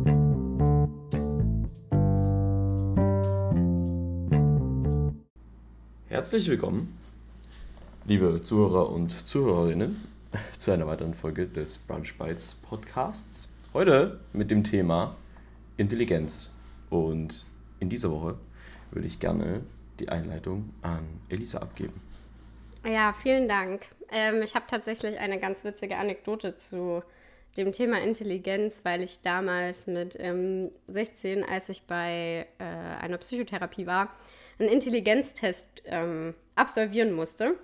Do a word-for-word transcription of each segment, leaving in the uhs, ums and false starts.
Herzlich willkommen, liebe Zuhörer und Zuhörerinnen, zu einer weiteren Folge des Brunch Bites Podcasts. Heute mit dem Thema Intelligenz. Und in dieser Woche würde ich gerne die Einleitung an Elisa abgeben. Ja, vielen Dank. Ähm, ich habe tatsächlich eine ganz witzige Anekdote zu dem Thema Intelligenz, weil ich damals mit ähm, sechzehn, als ich bei äh, einer Psychotherapie war, einen Intelligenztest ähm, absolvieren musste.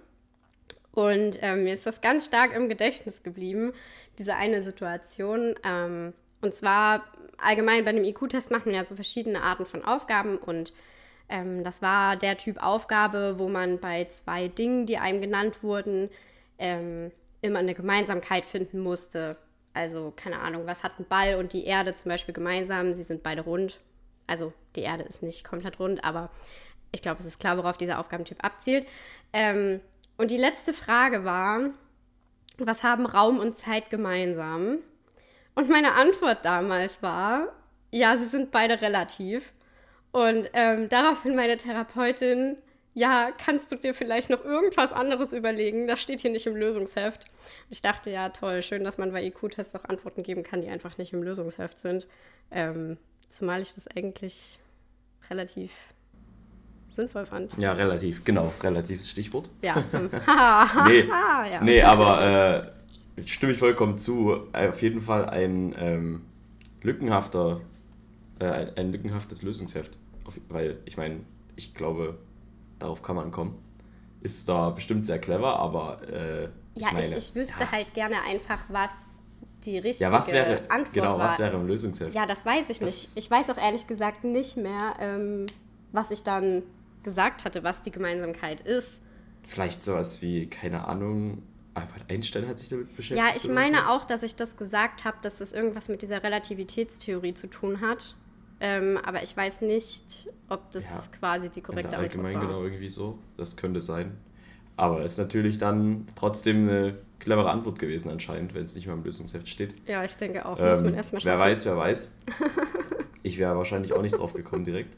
Und ähm, mir ist das ganz stark im Gedächtnis geblieben, diese eine Situation. Ähm, und zwar allgemein bei dem I Q-Test macht man ja so verschiedene Arten von Aufgaben. Und ähm, das war der Typ Aufgabe, wo man bei zwei Dingen, die einem genannt wurden, ähm, immer eine Gemeinsamkeit finden musste. Also, keine Ahnung, was hat ein Ball und die Erde zum Beispiel gemeinsam? Sie sind beide rund. Also, die Erde ist nicht komplett rund, aber ich glaube, es ist klar, worauf dieser Aufgabentyp abzielt. Ähm, und die letzte Frage war, was haben Raum und Zeit gemeinsam? Und meine Antwort damals war, ja, sie sind beide relativ. Und ähm, daraufhin meine Therapeutin, ja, kannst du dir vielleicht noch irgendwas anderes überlegen? Das steht hier nicht im Lösungsheft. Und ich dachte, ja, toll, schön, dass man bei I Q-Tests auch Antworten geben kann, die einfach nicht im Lösungsheft sind. Ähm, zumal ich das eigentlich relativ sinnvoll fand. Ja, relativ, genau, relatives Stichwort. Ja. nee, ja. nee, aber äh, stimme ich vollkommen zu. Auf jeden Fall ein ähm, lückenhafter, äh, ein, ein lückenhaftes Lösungsheft. Auf, weil, ich meine, ich glaube, darauf kann man kommen. Ist da bestimmt sehr clever, aber äh, ich Ja, meine, ich, ich wüsste ja. halt gerne einfach, was die richtige ja, was wäre, Antwort genau, war. was wäre im Lösungsheft? Ja, das weiß ich das nicht. Ich weiß auch ehrlich gesagt nicht mehr, ähm, was ich dann gesagt hatte, was die Gemeinsamkeit ist. Vielleicht sowas wie, keine Ahnung, Albert Einstein hat sich damit beschäftigt. Ja, ich meine so. auch, dass ich das gesagt habe, dass das irgendwas mit dieser Relativitätstheorie zu tun hat. Ähm, aber ich weiß nicht, ob das ja, quasi die korrekte Antwort war. Allgemein genau irgendwie so. Das könnte sein. Aber es ist natürlich dann trotzdem eine clevere Antwort gewesen anscheinend, wenn es nicht mal im Lösungsheft steht. Ja, ich denke auch. Ähm, muss man erstmal schaffen. Wer weiß, wer weiß. Ich wäre wahrscheinlich auch nicht drauf gekommen direkt.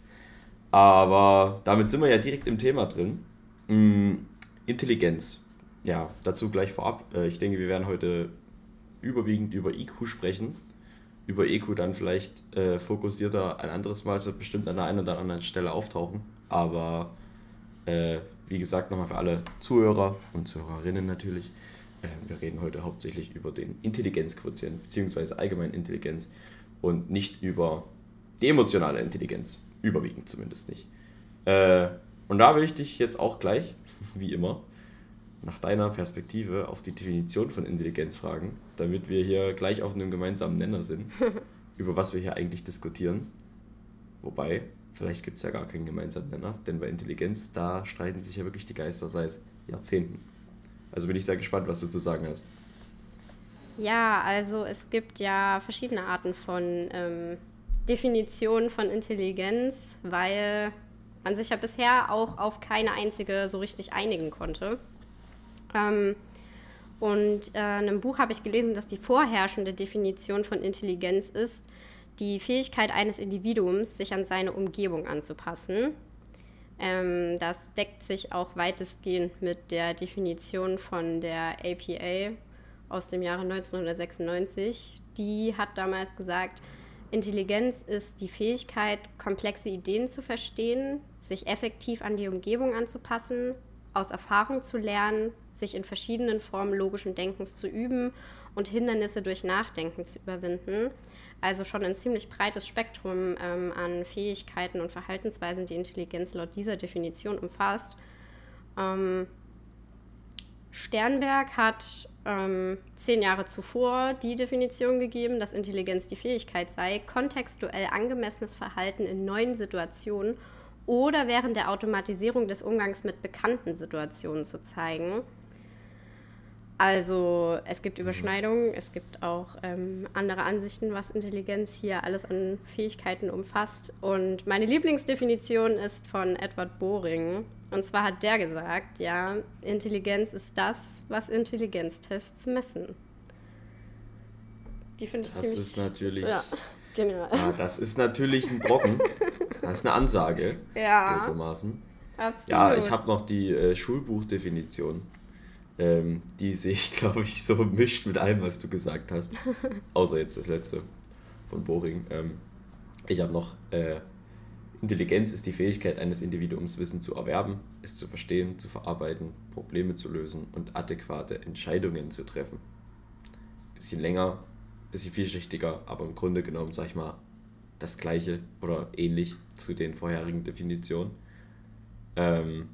Aber damit sind wir ja direkt im Thema drin. Hm, Intelligenz. Ja, dazu gleich vorab. Ich denke, wir werden heute überwiegend über I Q sprechen. Über E Q dann vielleicht äh, fokussierter ein anderes Mal. Es wird bestimmt an der einen oder anderen Stelle auftauchen. Aber äh, wie gesagt, nochmal für alle Zuhörer und Zuhörerinnen natürlich. Äh, wir reden heute hauptsächlich über den Intelligenzquotient, beziehungsweise allgemein Intelligenz und nicht über die emotionale Intelligenz. Überwiegend zumindest nicht. Äh, und da will ich dich jetzt auch gleich, wie immer, nach deiner Perspektive auf die Definition von Intelligenz fragen, damit wir hier gleich auf einem gemeinsamen Nenner sind, über was wir hier eigentlich diskutieren. Wobei, vielleicht gibt es ja gar keinen gemeinsamen Nenner, denn bei Intelligenz, da streiten sich ja wirklich die Geister seit Jahrzehnten. Also bin ich sehr gespannt, was du zu sagen hast. Ja, also es gibt ja verschiedene Arten von ähm, Definitionen von Intelligenz, weil man sich ja bisher auch auf keine einzige so richtig einigen konnte. Ähm, und äh, in einem Buch habe ich gelesen, dass die vorherrschende Definition von Intelligenz ist, die Fähigkeit eines Individuums, sich an seine Umgebung anzupassen. Ähm, das deckt sich auch weitestgehend mit der Definition von der A P A aus dem Jahre neunzehnhundertsechsundneunzig. Die hat damals gesagt, Intelligenz ist die Fähigkeit, komplexe Ideen zu verstehen, sich effektiv an die Umgebung anzupassen, aus Erfahrung zu lernen, sich in verschiedenen Formen logischen Denkens zu üben und Hindernisse durch Nachdenken zu überwinden. Also schon ein ziemlich breites Spektrum ähm, an Fähigkeiten und Verhaltensweisen, die Intelligenz laut dieser Definition umfasst. Ähm, Sternberg hat ähm, zehn Jahre zuvor die Definition gegeben, dass Intelligenz die Fähigkeit sei, kontextuell angemessenes Verhalten in neuen Situationen oder während der Automatisierung des Umgangs mit bekannten Situationen zu zeigen. Also es gibt Überschneidungen, es gibt auch ähm, andere Ansichten, was Intelligenz hier alles an Fähigkeiten umfasst. Und meine Lieblingsdefinition ist von Edward Boring. Und zwar hat der gesagt, ja, Intelligenz ist das, was Intelligenztests messen. Die finde ich das ziemlich... Das ist natürlich... Ja. Genau. Ja, das ist natürlich ein Brocken. Das ist eine Ansage, Ja, gewissermaßen. absolut. Ja, ich habe noch die äh, Schulbuchdefinition. Ähm, die sehe ich, glaube ich, so mischt mit allem, was du gesagt hast. Außer jetzt das letzte von Boring. Ähm, ich habe noch, äh, Intelligenz ist die Fähigkeit eines Individuums, Wissen zu erwerben, es zu verstehen, zu verarbeiten, Probleme zu lösen und adäquate Entscheidungen zu treffen. Bisschen länger, bisschen vielschichtiger, aber im Grunde genommen, sag ich mal, das gleiche oder ähnlich zu den vorherigen Definitionen. Ähm,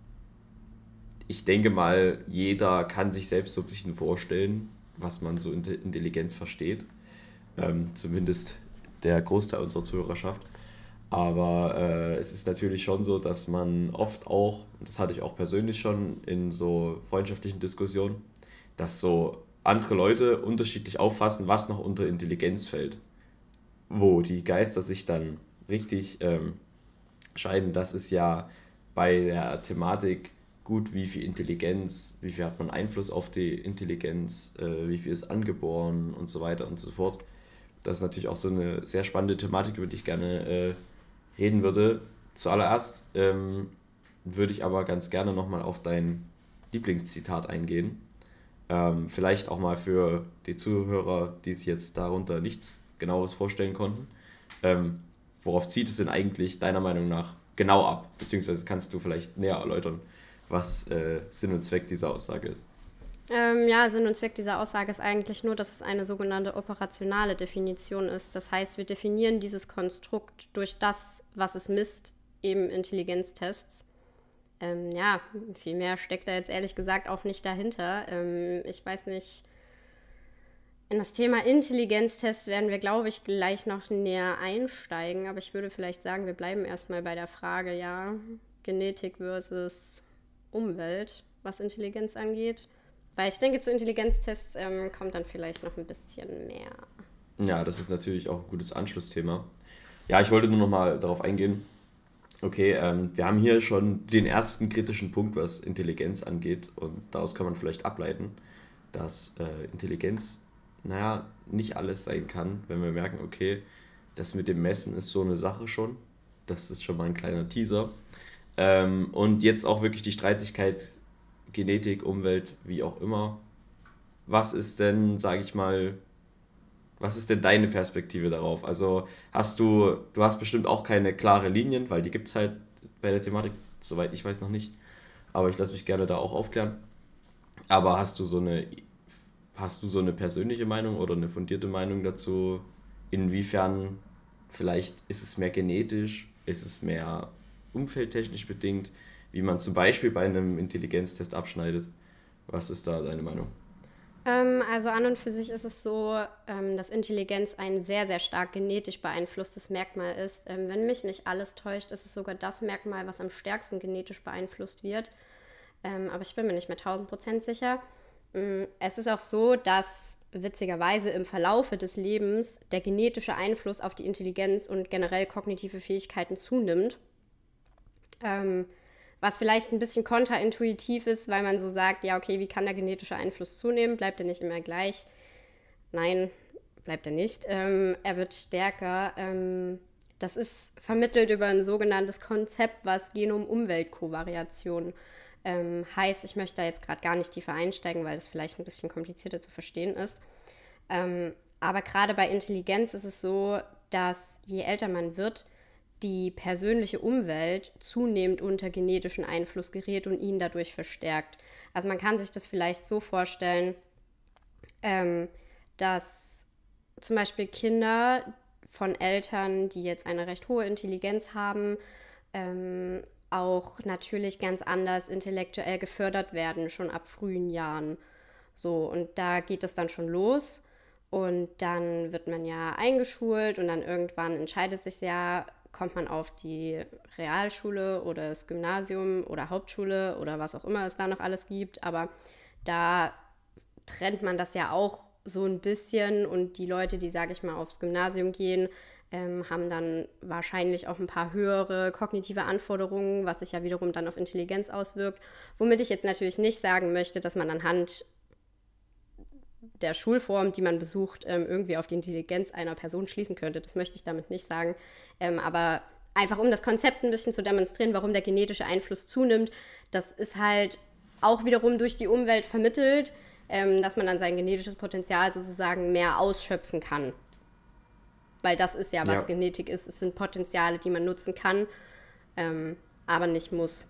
ich denke mal, jeder kann sich selbst so ein bisschen vorstellen, was man so unter Intelligenz versteht. Ähm, zumindest der Großteil unserer Zuhörerschaft. Aber äh, es ist natürlich schon so, dass man oft auch, und das hatte ich auch persönlich schon in so freundschaftlichen Diskussionen, dass so andere Leute unterschiedlich auffassen, was noch unter Intelligenz fällt. Wo die Geister sich dann richtig ähm, scheiden, das ist ja bei der Thematik gut, wie viel Intelligenz, wie viel hat man Einfluss auf die Intelligenz, äh, wie viel ist angeboren und so weiter und so fort. Das ist natürlich auch so eine sehr spannende Thematik, über die ich gerne äh, reden würde. Zuallererst ähm, würde ich aber ganz gerne nochmal auf dein Lieblingszitat eingehen. Ähm, vielleicht auch mal für die Zuhörer, die sich jetzt darunter nichts Genaues vorstellen konnten. Ähm, worauf zieht es denn eigentlich deiner Meinung nach genau ab? Beziehungsweise kannst du vielleicht näher erläutern, was äh, Sinn und Zweck dieser Aussage ist? Ähm, ja, Sinn und Zweck dieser Aussage ist eigentlich nur, dass es eine sogenannte operationale Definition ist. Das heißt, wir definieren dieses Konstrukt durch das, was es misst, eben Intelligenztests. Ähm, ja, viel mehr steckt da jetzt ehrlich gesagt auch nicht dahinter. Ähm, ich weiß nicht, in das Thema Intelligenztests werden wir, glaube ich, gleich noch näher einsteigen, aber ich würde vielleicht sagen, wir bleiben erstmal bei der Frage, ja, Genetik versus Umwelt, was Intelligenz angeht. Weil ich denke, zu Intelligenztests ähm, kommt dann vielleicht noch ein bisschen mehr. Ja, das ist natürlich auch ein gutes Anschlussthema. Ja, ich wollte nur noch mal darauf eingehen. Okay, ähm, wir haben hier schon den ersten kritischen Punkt, was Intelligenz angeht. Und daraus kann man vielleicht ableiten, dass äh, Intelligenz, naja, nicht alles sein kann, wenn wir merken, okay, das mit dem Messen ist so eine Sache schon. Das ist schon mal ein kleiner Teaser. Ähm, und jetzt auch wirklich die Streitigkeit Genetik, Umwelt, wie auch immer. Was ist denn, sage ich mal, was ist denn deine Perspektive darauf? Also hast du, du hast bestimmt auch keine klare Linien, weil die gibt es halt bei der Thematik, soweit ich weiß, noch nicht. Aber ich lasse mich gerne da auch aufklären. Aber hast du so eine, hast du so eine persönliche Meinung oder eine fundierte Meinung dazu, inwiefern vielleicht ist es mehr genetisch, ist es mehr umfeldtechnisch bedingt, wie man zum Beispiel bei einem Intelligenztest abschneidet? Was ist da deine Meinung? Ähm, also an und für sich ist es so, ähm, dass Intelligenz ein sehr, sehr stark genetisch beeinflusstes Merkmal ist. Ähm, wenn mich nicht alles täuscht, ist es sogar das Merkmal, was am stärksten genetisch beeinflusst wird. Ähm, aber ich bin mir nicht mehr tausend Prozent sicher. Ähm, es ist auch so, dass witzigerweise im Verlaufe des Lebens der genetische Einfluss auf die Intelligenz und generell kognitive Fähigkeiten zunimmt. Ähm, was vielleicht ein bisschen kontraintuitiv ist, weil man so sagt, ja, okay, wie kann der genetische Einfluss zunehmen? Bleibt er nicht immer gleich? Nein, bleibt er nicht. Ähm, er wird stärker. Ähm, das ist vermittelt über ein sogenanntes Konzept, was Genom-Umwelt-Kovariation ähm, heißt. Ich möchte da jetzt gerade gar nicht tiefer einsteigen, weil das vielleicht ein bisschen komplizierter zu verstehen ist. Ähm, aber gerade bei Intelligenz ist es so, dass je älter man wird, die persönliche Umwelt zunehmend unter genetischen Einfluss gerät und ihn dadurch verstärkt. Also man kann sich das vielleicht so vorstellen, ähm, dass zum Beispiel Kinder von Eltern, die jetzt eine recht hohe Intelligenz haben, ähm, auch natürlich ganz anders intellektuell gefördert werden, schon ab frühen Jahren. So, und da geht es dann schon los. Und dann wird man ja eingeschult und dann irgendwann entscheidet sich ja, kommt man auf die Realschule oder das Gymnasium oder Hauptschule oder was auch immer es da noch alles gibt. Aber da trennt man das ja auch so ein bisschen und die Leute, die, sage ich mal, aufs Gymnasium gehen, ähm, haben dann wahrscheinlich auch ein paar höhere kognitive Anforderungen, was sich ja wiederum dann auf Intelligenz auswirkt. Womit ich jetzt natürlich nicht sagen möchte, dass man anhand der Schulform, die man besucht, ähm, irgendwie auf die Intelligenz einer Person schließen könnte. Das möchte ich damit nicht sagen. Ähm, aber einfach um das Konzept ein bisschen zu demonstrieren, warum der genetische Einfluss zunimmt, das ist halt auch wiederum durch die Umwelt vermittelt, ähm, dass man dann sein genetisches Potenzial sozusagen mehr ausschöpfen kann. Weil das ist ja, was ja. Genetik ist. Es sind Potenziale, die man nutzen kann, ähm, aber nicht muss.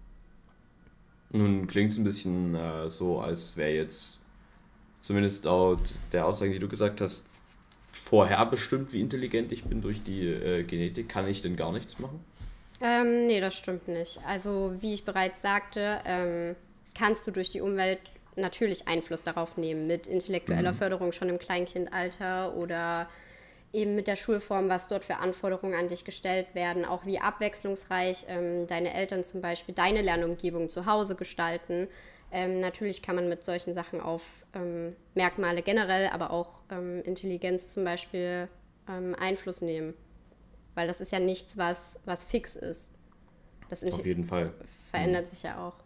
Nun klingt es ein bisschen äh, so, als wäre jetzt, zumindest laut der Aussagen, die du gesagt hast, vorher bestimmt, wie intelligent ich bin durch die äh, Genetik. Kann ich denn gar nichts machen? Ähm, nee, das stimmt nicht. Also, wie ich bereits sagte, ähm, kannst du durch die Umwelt natürlich Einfluss darauf nehmen, mit intellektueller mhm. Förderung schon im Kleinkindalter oder eben mit der Schulform, was dort für Anforderungen an dich gestellt werden, auch wie abwechslungsreich ähm, deine Eltern zum Beispiel deine Lernumgebung zu Hause gestalten. Ähm, natürlich kann man mit solchen Sachen auf ähm, Merkmale generell, aber auch ähm, Intelligenz zum Beispiel ähm, Einfluss nehmen. Weil das ist ja nichts, was, was fix ist. Das auf jeden Fall. Verändert mhm. sich ja auch.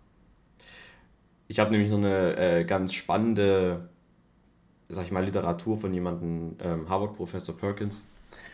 Ich habe nämlich noch eine äh, ganz spannende, sag ich mal, Literatur von jemandem, ähm, Harvard-Professor Perkins.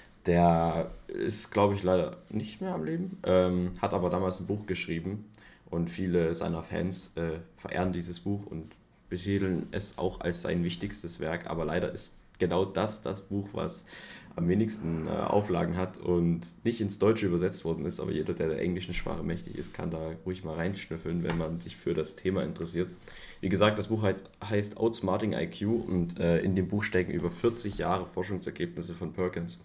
Der ist, glaube ich, leider nicht mehr am Leben, ähm, hat aber damals ein Buch geschrieben und viele seiner Fans äh, verehren dieses Buch und betiteln es auch als sein wichtigstes Werk, aber leider ist genau das das Buch, was am wenigsten äh, Auflagen hat und nicht ins Deutsche übersetzt worden ist, aber jeder, der der englischen Sprache mächtig ist, kann da ruhig mal reinschnüffeln, wenn man sich für das Thema interessiert. Wie gesagt, das Buch halt heißt Outsmarting I Q und äh, in dem Buch stecken über vierzig Jahre Forschungsergebnisse von Perkins.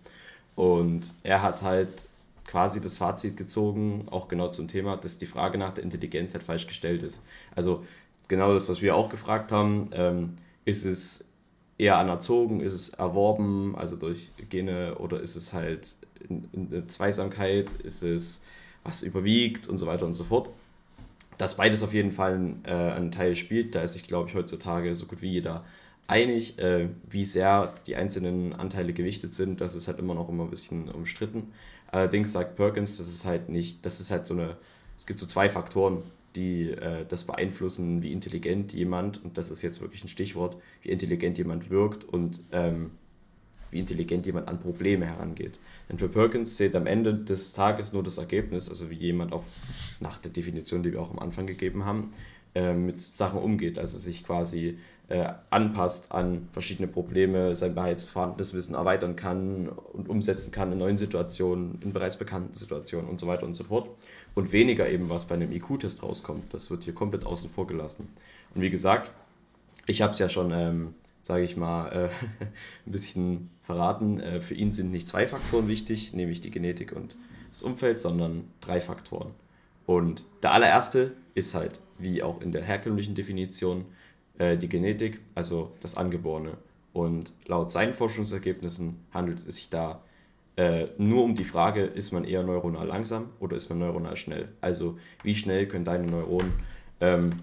Und er hat halt quasi das Fazit gezogen, auch genau zum Thema, dass die Frage nach der Intelligenz halt falsch gestellt ist. Also genau das, was wir auch gefragt haben, ähm, ist es eher anerzogen, ist es erworben, also durch Gene, oder ist es halt eine Zweisamkeit, ist es was überwiegt und so weiter und so fort. Dass beides auf jeden Fall äh, einen Teil spielt, da ist sich, glaube ich, heutzutage so gut wie jeder einig, äh, wie sehr die einzelnen Anteile gewichtet sind. Das ist halt immer noch immer ein bisschen umstritten. Allerdings sagt Perkins, das ist halt nicht, das ist halt so eine, es gibt so zwei Faktoren, die äh, das beeinflussen, wie intelligent jemand, und das ist jetzt wirklich ein Stichwort, wie intelligent jemand wirkt und ähm, wie intelligent jemand an Probleme herangeht. Denn für Perkins zählt am Ende des Tages nur das Ergebnis, also wie jemand auf, nach der Definition, die wir auch am Anfang gegeben haben, äh, mit Sachen umgeht, also sich quasi äh, anpasst an verschiedene Probleme, sein bereits vorhandenes Wissen erweitern kann und umsetzen kann in neuen Situationen, in bereits bekannten Situationen und so weiter und so fort. Und weniger eben, was bei einem I Q-Test rauskommt. Das wird hier komplett außen vor gelassen. Und wie gesagt, ich habe es ja schon, ähm, sage ich mal, äh, ein bisschen verraten. Äh, für ihn sind nicht zwei Faktoren wichtig, nämlich die Genetik und das Umfeld, sondern drei Faktoren. Und der allererste ist halt, wie auch in der herkömmlichen Definition, äh, die Genetik, also das Angeborene. Und laut seinen Forschungsergebnissen handelt es sich da äh, nur um die Frage, ist man eher neuronal langsam oder ist man neuronal schnell? Also wie schnell können deine Neuronen ähm,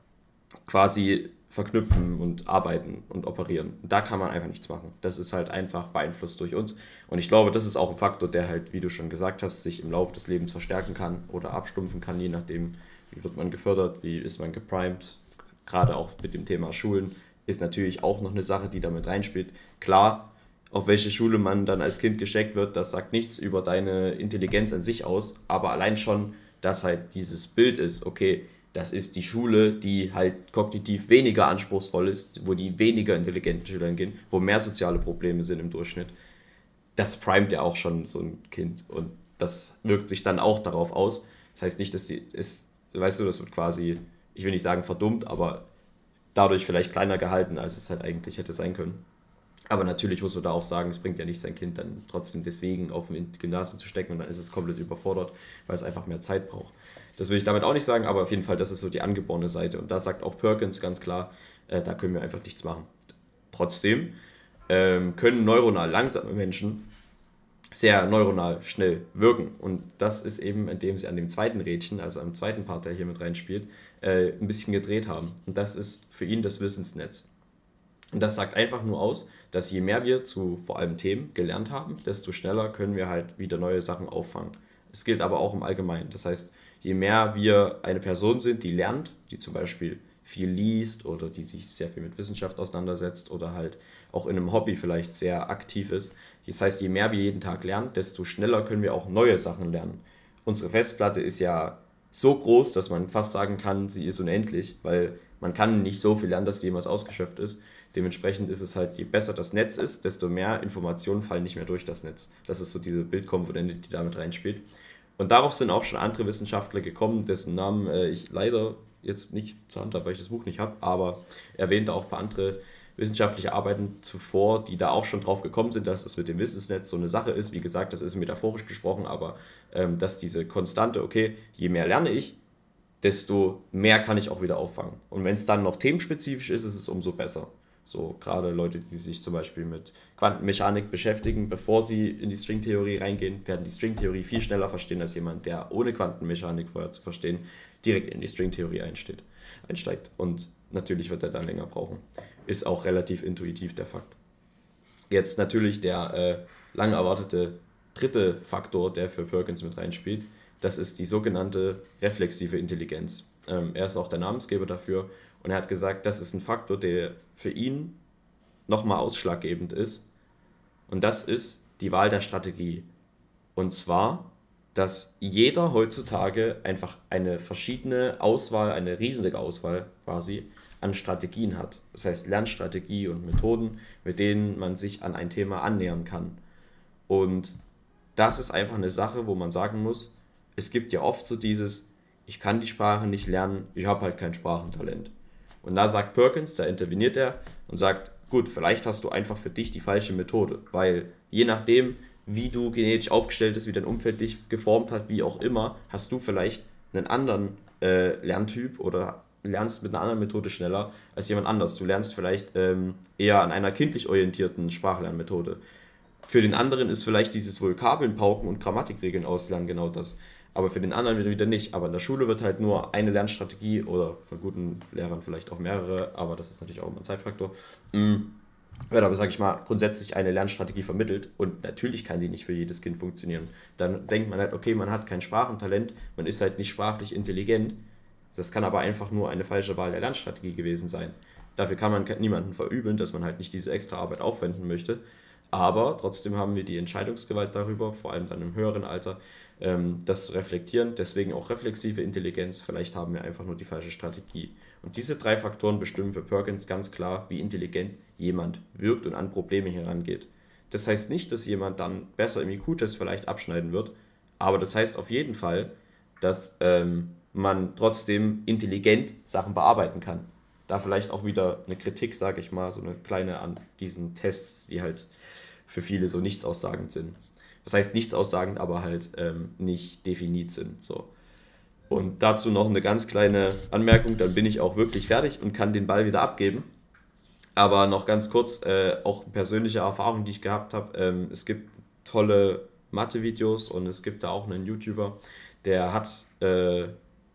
quasi verknüpfen und arbeiten und operieren. Da kann man einfach nichts machen. Das ist halt einfach beeinflusst durch uns. Und ich glaube, das ist auch ein Faktor, der halt, wie du schon gesagt hast, sich im Laufe des Lebens verstärken kann oder abstumpfen kann, je nachdem, wie wird man gefördert, wie ist man geprimed. Gerade auch mit dem Thema Schulen ist natürlich auch noch eine Sache, die damit reinspielt. Klar, auf welche Schule man dann als Kind geschickt wird, das sagt nichts über deine Intelligenz an sich aus, aber allein schon, dass halt dieses Bild ist, okay, das ist die Schule, die halt kognitiv weniger anspruchsvoll ist, wo die weniger intelligenten Schüler hingehen, wo mehr soziale Probleme sind im Durchschnitt. Das primet ja auch schon so ein Kind und das wirkt sich dann auch darauf aus. Das heißt nicht, dass sie ist, weißt du, das wird quasi, ich will nicht sagen verdummt, aber dadurch vielleicht kleiner gehalten, als es halt eigentlich hätte sein können. Aber natürlich muss man da auch sagen, es bringt ja nicht sein Kind dann trotzdem deswegen auf ein Gymnasium zu stecken und dann ist es komplett überfordert, weil es einfach mehr Zeit braucht. Das will ich damit auch nicht sagen, aber auf jeden Fall, das ist so die angeborene Seite. Und da sagt auch Perkins ganz klar, äh, da können wir einfach nichts machen. Trotzdem ähm, können neuronal langsame Menschen sehr neuronal schnell wirken. Und das ist eben, indem sie an dem zweiten Rädchen, also am zweiten Part, der hier mit reinspielt, äh, ein bisschen gedreht haben. Und das ist für ihn das Wissensnetz. Und das sagt einfach nur aus, dass je mehr wir zu vor allem Themen gelernt haben, desto schneller können wir halt wieder neue Sachen auffangen. Es gilt aber auch im Allgemeinen. Das heißt, je mehr wir eine Person sind, die lernt, die zum Beispiel viel liest oder die sich sehr viel mit Wissenschaft auseinandersetzt oder halt auch in einem Hobby vielleicht sehr aktiv ist. Das heißt, je mehr wir jeden Tag lernen, desto schneller können wir auch neue Sachen lernen. Unsere Festplatte ist ja so groß, dass man fast sagen kann, sie ist unendlich, weil man kann nicht so viel lernen, dass die jemals ausgeschöpft ist. Dementsprechend ist es halt, je besser das Netz ist, desto mehr Informationen fallen nicht mehr durch das Netz. Das ist so diese Bildkomponente, die damit reinspielt. Und darauf sind auch schon andere Wissenschaftler gekommen, dessen Namen äh, ich leider jetzt nicht zur Hand habe, weil ich das Buch nicht habe, aber erwähnte auch ein paar andere wissenschaftliche Arbeiten zuvor, die da auch schon drauf gekommen sind, dass das mit dem Wissensnetz so eine Sache ist. Wie gesagt, das ist metaphorisch gesprochen, aber ähm, dass diese Konstante, okay, je mehr lerne ich, desto mehr kann ich auch wieder auffangen. Und wenn es dann noch themenspezifisch ist, ist es umso besser. So gerade Leute, die sich zum Beispiel mit Quantenmechanik beschäftigen, bevor sie in die Stringtheorie reingehen, werden die Stringtheorie viel schneller verstehen als jemand, der ohne Quantenmechanik vorher zu verstehen, direkt in die Stringtheorie einsteht, einsteigt. Und natürlich wird er dann länger brauchen. Ist auch relativ intuitiv der Fakt. Jetzt natürlich der äh, lang erwartete dritte Faktor, der für Perkins mit reinspielt, das ist die sogenannte reflexive Intelligenz. Ähm, er ist auch der Namensgeber dafür und er hat gesagt, das ist ein Faktor, der für ihn nochmal ausschlaggebend ist und das ist die Wahl der Strategie. Und zwar, dass jeder heutzutage einfach eine verschiedene Auswahl, eine riesige Auswahl quasi an Strategien hat. Das heißt Lernstrategie und Methoden, mit denen man sich an ein Thema annähern kann. Und das ist einfach eine Sache, wo man sagen muss, es gibt ja oft so dieses, ich kann die Sprache nicht lernen, ich habe halt kein Sprachentalent. Und da sagt Perkins, da interveniert er und sagt, gut, vielleicht hast du einfach für dich die falsche Methode, weil je nachdem, wie du genetisch aufgestellt bist, wie dein Umfeld dich geformt hat, wie auch immer, hast du vielleicht einen anderen äh, Lerntyp oder lernst mit einer anderen Methode schneller als jemand anders. Du lernst vielleicht ähm, eher an einer kindlich orientierten Sprachlernmethode. Für den anderen ist vielleicht dieses Vokabeln pauken und Grammatikregeln auslernen genau das. Aber für den anderen wieder nicht. Aber in der Schule wird halt nur eine Lernstrategie oder von guten Lehrern vielleicht auch mehrere, aber das ist natürlich auch immer ein Zeitfaktor, wird aber, sage ich mal, grundsätzlich eine Lernstrategie vermittelt und natürlich kann die nicht für jedes Kind funktionieren. Dann denkt man halt, okay, man hat kein Sprachentalent, man ist halt nicht sprachlich intelligent, das kann aber einfach nur eine falsche Wahl der Lernstrategie gewesen sein. Dafür kann man niemanden verübeln, dass man halt nicht diese extra Arbeit aufwenden möchte, aber trotzdem haben wir die Entscheidungsgewalt darüber, vor allem dann im höheren Alter, das zu reflektieren, deswegen auch reflexive Intelligenz, vielleicht haben wir einfach nur die falsche Strategie. Und diese drei Faktoren bestimmen für Perkins ganz klar, wie intelligent jemand wirkt und an Probleme herangeht. Das heißt nicht, dass jemand dann besser im I Q-Test vielleicht abschneiden wird, aber das heißt auf jeden Fall, dass ähm, man trotzdem intelligent Sachen bearbeiten kann. Da vielleicht auch wieder eine Kritik, sage ich mal, so eine kleine an diesen Tests, die halt für viele so nichtsaussagend sind. Das heißt nichtsaussagend, aber halt ähm, nicht definiert sind. So. Und dazu noch eine ganz kleine Anmerkung, dann bin ich auch wirklich fertig und kann den Ball wieder abgeben. Aber noch ganz kurz, äh, auch persönliche Erfahrungen, die ich gehabt habe. Ähm, es gibt tolle Mathe-Videos und es gibt da auch einen YouTuber, der hat, äh,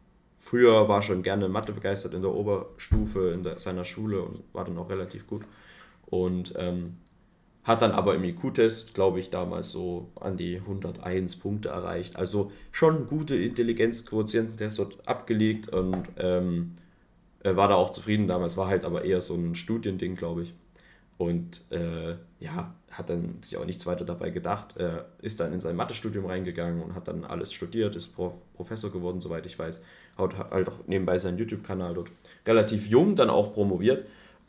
früher war schon gerne Mathe begeistert in der Oberstufe in der, seiner Schule und war dann auch relativ gut. Und ähm, hat dann aber im I Q-Test, glaube ich, damals so an die hunderteins Punkte erreicht. Also schon gute Intelligenzquotienten, der ist dort abgelegt und ähm, war da auch zufrieden damals, war halt aber eher so ein Studiending, glaube ich. Und äh, ja, hat dann sich auch nichts weiter dabei gedacht, äh, ist dann in sein Mathestudium reingegangen und hat dann alles studiert, ist Prof- Professor geworden, soweit ich weiß, hat halt auch nebenbei seinen YouTube-Kanal dort relativ jung dann auch promoviert.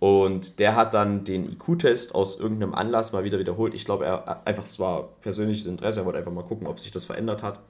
Und der hat dann den I Q-Test aus irgendeinem Anlass mal wieder wiederholt. Ich glaube, er einfach, es war persönliches Interesse, er wollte einfach mal gucken, ob sich das verändert hat.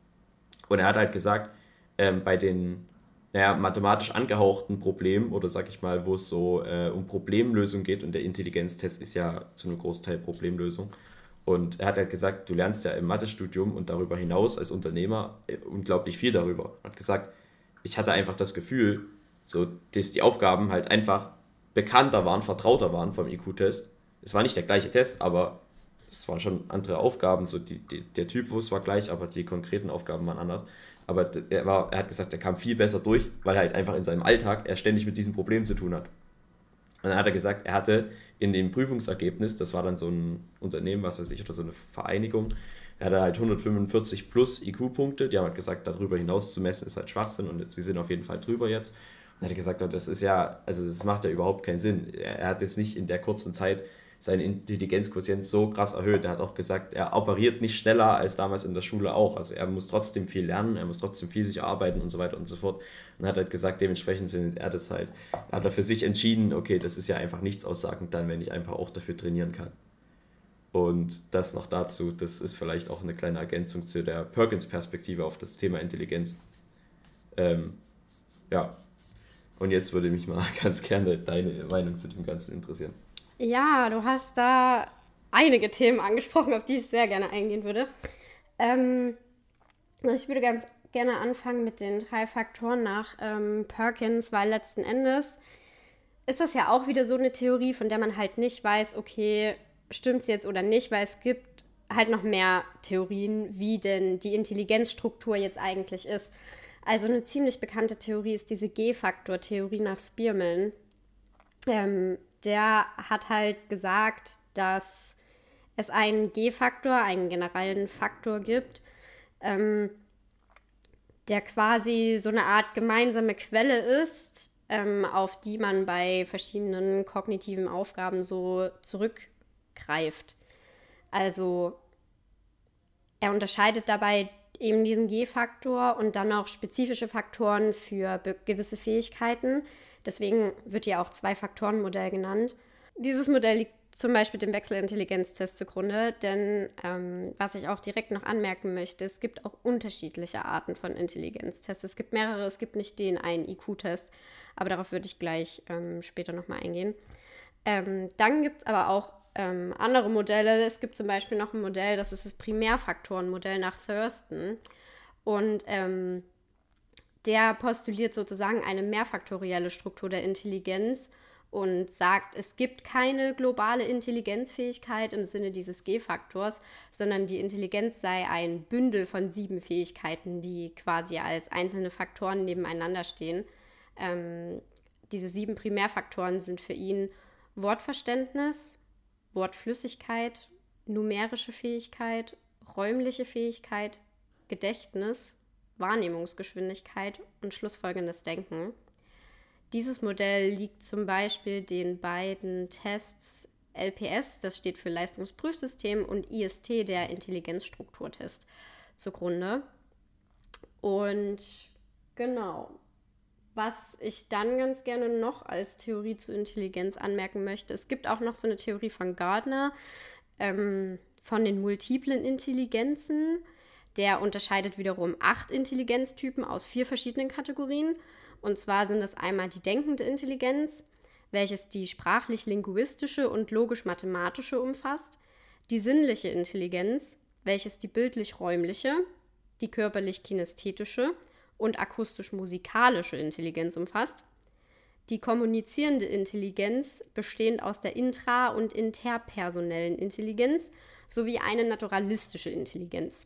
Und er hat halt gesagt, ähm, bei den naja, mathematisch angehauchten Problemen oder sag ich mal, wo es so äh, um Problemlösung geht und der Intelligenztest ist ja zu einem Großteil Problemlösung. Und er hat halt gesagt, du lernst ja im Mathestudium und darüber hinaus als Unternehmer unglaublich viel darüber. Er hat gesagt, ich hatte einfach das Gefühl, so, dass die Aufgaben halt einfach bekannter waren, vertrauter waren vom I Q-Test. Es war nicht der gleiche Test, aber es waren schon andere Aufgaben. So die, die, der Typus war gleich, aber die konkreten Aufgaben waren anders. Aber er, war, er hat gesagt, er kam viel besser durch, weil er halt einfach in seinem Alltag er ständig mit diesem Problem zu tun hat. Und dann hat er gesagt, er hatte in dem Prüfungsergebnis, das war dann so ein Unternehmen, was weiß ich, oder so eine Vereinigung, er hatte halt hundertfünfundvierzig plus I Q-Punkte. Die haben halt gesagt, darüber hinaus zu messen ist halt Schwachsinn und sie sind auf jeden Fall drüber jetzt. Er hat gesagt, das ist ja, also das macht ja überhaupt keinen Sinn. Er, er hat jetzt nicht in der kurzen Zeit seinen Intelligenzquotient so krass erhöht. Er hat auch gesagt, er operiert nicht schneller als damals in der Schule auch. Also er muss trotzdem viel lernen, er muss trotzdem viel sich arbeiten und so weiter und so fort. Und hat halt gesagt, dementsprechend findet er das halt, hat er für sich entschieden, okay, das ist ja einfach nichts aussagend dann, wenn ich einfach auch dafür trainieren kann. Und das noch dazu, das ist vielleicht auch eine kleine Ergänzung zu der Perkins-Perspektive auf das Thema Intelligenz. Ähm, ja, und jetzt würde mich mal ganz gerne deine Meinung zu dem Ganzen interessieren. Ja, du hast da einige Themen angesprochen, auf die ich sehr gerne eingehen würde. Ähm, ich würde ganz gerne anfangen mit den drei Faktoren nach ähm, Perkins, weil letzten Endes ist das ja auch wieder so eine Theorie, von der man halt nicht weiß, okay, stimmt es jetzt oder nicht, weil es gibt halt noch mehr Theorien, wie denn die Intelligenzstruktur jetzt eigentlich ist. Also eine ziemlich bekannte Theorie ist diese G-Faktor-Theorie nach Spearman. Ähm, der hat halt gesagt, dass es einen G-Faktor, einen generellen Faktor gibt, ähm, der quasi so eine Art gemeinsame Quelle ist, ähm, auf die man bei verschiedenen kognitiven Aufgaben so zurückgreift. Also er unterscheidet dabei eben diesen G-Faktor und dann auch spezifische Faktoren für be- gewisse Fähigkeiten. Deswegen wird ja auch Zwei-Faktoren-Modell genannt. Dieses Modell liegt zum Beispiel dem Wechselintelligenztest zugrunde, denn ähm, was ich auch direkt noch anmerken möchte, es gibt auch unterschiedliche Arten von Intelligenztests. Es gibt mehrere, es gibt nicht den einen I Q-Test, aber darauf würde ich gleich ähm, später nochmal eingehen. Ähm, dann gibt es aber auch ähm, andere Modelle. Es gibt zum Beispiel noch ein Modell, das ist das Primärfaktorenmodell nach Thurston. Und ähm, der postuliert sozusagen eine mehrfaktorielle Struktur der Intelligenz und sagt, es gibt keine globale Intelligenzfähigkeit im Sinne dieses G-Faktors, sondern die Intelligenz sei ein Bündel von sieben Fähigkeiten, die quasi als einzelne Faktoren nebeneinander stehen. Ähm, diese sieben Primärfaktoren sind für ihn Wortverständnis, Wortflüssigkeit, numerische Fähigkeit, räumliche Fähigkeit, Gedächtnis, Wahrnehmungsgeschwindigkeit und schlussfolgendes Denken. Dieses Modell liegt zum Beispiel den beiden Tests L P S, das steht für Leistungsprüfsystem, und I S T, der Intelligenzstrukturtest, zugrunde. Und genau, was ich dann ganz gerne noch als Theorie zu Intelligenz anmerken möchte, es gibt auch noch so eine Theorie von Gardner, ähm, von den multiplen Intelligenzen. Der unterscheidet wiederum acht Intelligenztypen aus vier verschiedenen Kategorien. Und zwar sind es einmal die denkende Intelligenz, welches die sprachlich-linguistische und logisch-mathematische umfasst, die sinnliche Intelligenz, welches die bildlich-räumliche, die körperlich-kinästhetische und akustisch-musikalische Intelligenz umfasst, die kommunizierende Intelligenz, bestehend aus der intra- und interpersonellen Intelligenz, sowie eine naturalistische Intelligenz.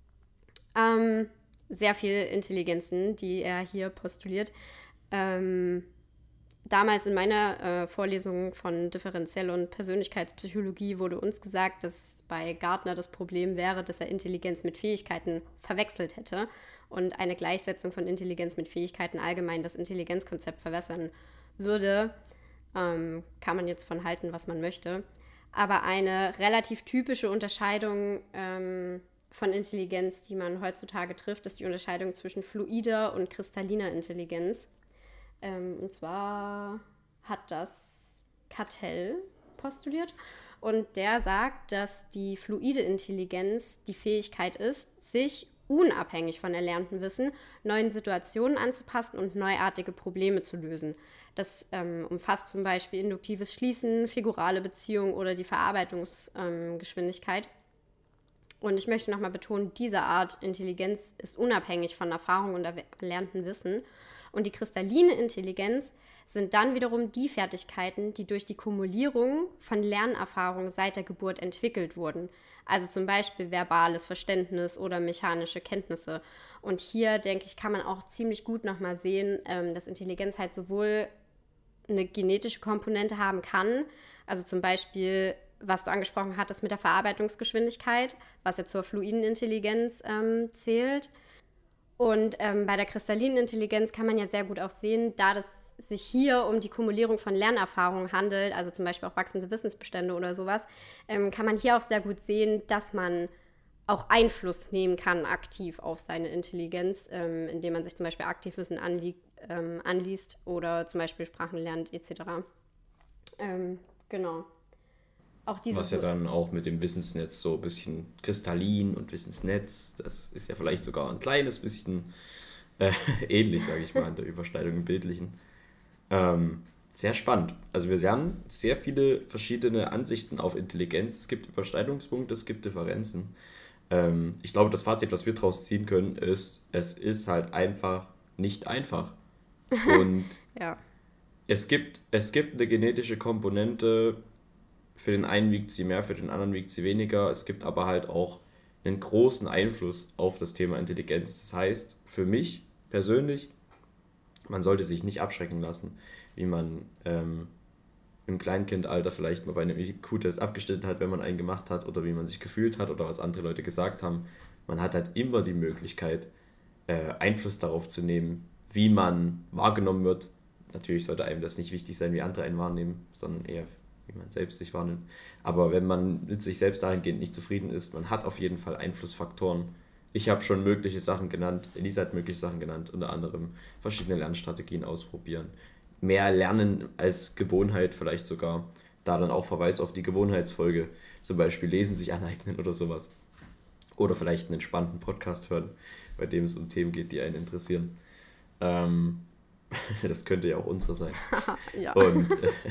Ähm, sehr viele Intelligenzen, die er hier postuliert. Ähm, damals in meiner äh, Vorlesung von Differenziell- und Persönlichkeitspsychologie wurde uns gesagt, dass bei Gardner das Problem wäre, dass er Intelligenz mit Fähigkeiten verwechselt hätte und eine Gleichsetzung von Intelligenz mit Fähigkeiten allgemein das Intelligenzkonzept verwässern würde. Ähm, kann man jetzt von halten, was man möchte. Aber eine relativ typische Unterscheidung ähm, von Intelligenz, die man heutzutage trifft, ist die Unterscheidung zwischen fluider und kristalliner Intelligenz. Ähm, und zwar hat das Cattell postuliert. Und der sagt, dass die fluide Intelligenz die Fähigkeit ist, sich unabhängig von erlerntem Wissen neuen Situationen anzupassen und neuartige Probleme zu lösen. Das ähm, umfasst zum Beispiel induktives Schließen, figurale Beziehungen oder die Verarbeitungsgeschwindigkeit. Ähm, Und ich möchte nochmal betonen, diese Art Intelligenz ist unabhängig von Erfahrung und erlerntem Wissen. Und die kristalline Intelligenz sind dann wiederum die Fertigkeiten, die durch die Kumulierung von Lernerfahrungen seit der Geburt entwickelt wurden. Also zum Beispiel verbales Verständnis oder mechanische Kenntnisse. Und hier, denke ich, kann man auch ziemlich gut nochmal sehen, dass Intelligenz halt sowohl eine genetische Komponente haben kann, also zum Beispiel, was du angesprochen hattest mit der Verarbeitungsgeschwindigkeit, was ja zur fluiden Intelligenz ähm, zählt. Und ähm, bei der kristallinen Intelligenz kann man ja sehr gut auch sehen, da das sich hier um die Kumulierung von Lernerfahrungen handelt, also zum Beispiel auch wachsende Wissensbestände oder sowas, ähm, kann man hier auch sehr gut sehen, dass man auch Einfluss nehmen kann aktiv auf seine Intelligenz, ähm, indem man sich zum Beispiel Aktivwissen anlie- ähm, anliest oder zum Beispiel Sprachen lernt et cetera. Ähm, genau. Auch diese Was ja dann auch mit dem Wissensnetz so ein bisschen kristallin und Wissensnetz, das ist ja vielleicht sogar ein kleines bisschen äh, ähnlich, sage ich mal, in der Überschneidung im Bildlichen. Ähm, sehr spannend. Also wir haben sehr viele verschiedene Ansichten auf Intelligenz. Es gibt Überschneidungspunkte, es gibt Differenzen. Ähm, ich glaube, das Fazit, was wir daraus ziehen können, ist, es ist halt einfach nicht einfach. Und ja. es gibt, es gibt eine genetische Komponente, für den einen wiegt sie mehr, für den anderen wiegt sie weniger. Es gibt aber halt auch einen großen Einfluss auf das Thema Intelligenz. Das heißt, für mich persönlich, man sollte sich nicht abschrecken lassen, wie man ähm, im Kleinkindalter vielleicht mal bei einem I Q-Test abgeschnitten hat, wenn man einen gemacht hat, oder wie man sich gefühlt hat oder was andere Leute gesagt haben. Man hat halt immer die Möglichkeit, äh, Einfluss darauf zu nehmen, wie man wahrgenommen wird. Natürlich sollte einem das nicht wichtig sein, wie andere einen wahrnehmen, sondern eher, wie man selbst sich wahrnimmt. Aber wenn man mit sich selbst dahingehend nicht zufrieden ist, man hat auf jeden Fall Einflussfaktoren. Ich habe schon mögliche Sachen genannt, Elisa hat mögliche Sachen genannt, unter anderem verschiedene Lernstrategien ausprobieren. Mehr lernen als Gewohnheit vielleicht sogar. Da dann auch Verweis auf die Gewohnheitsfolge, zum Beispiel Lesen sich aneignen oder sowas. Oder vielleicht einen entspannten Podcast hören, bei dem es um Themen geht, die einen interessieren. Ähm, das könnte ja auch unsere sein. ja. Und,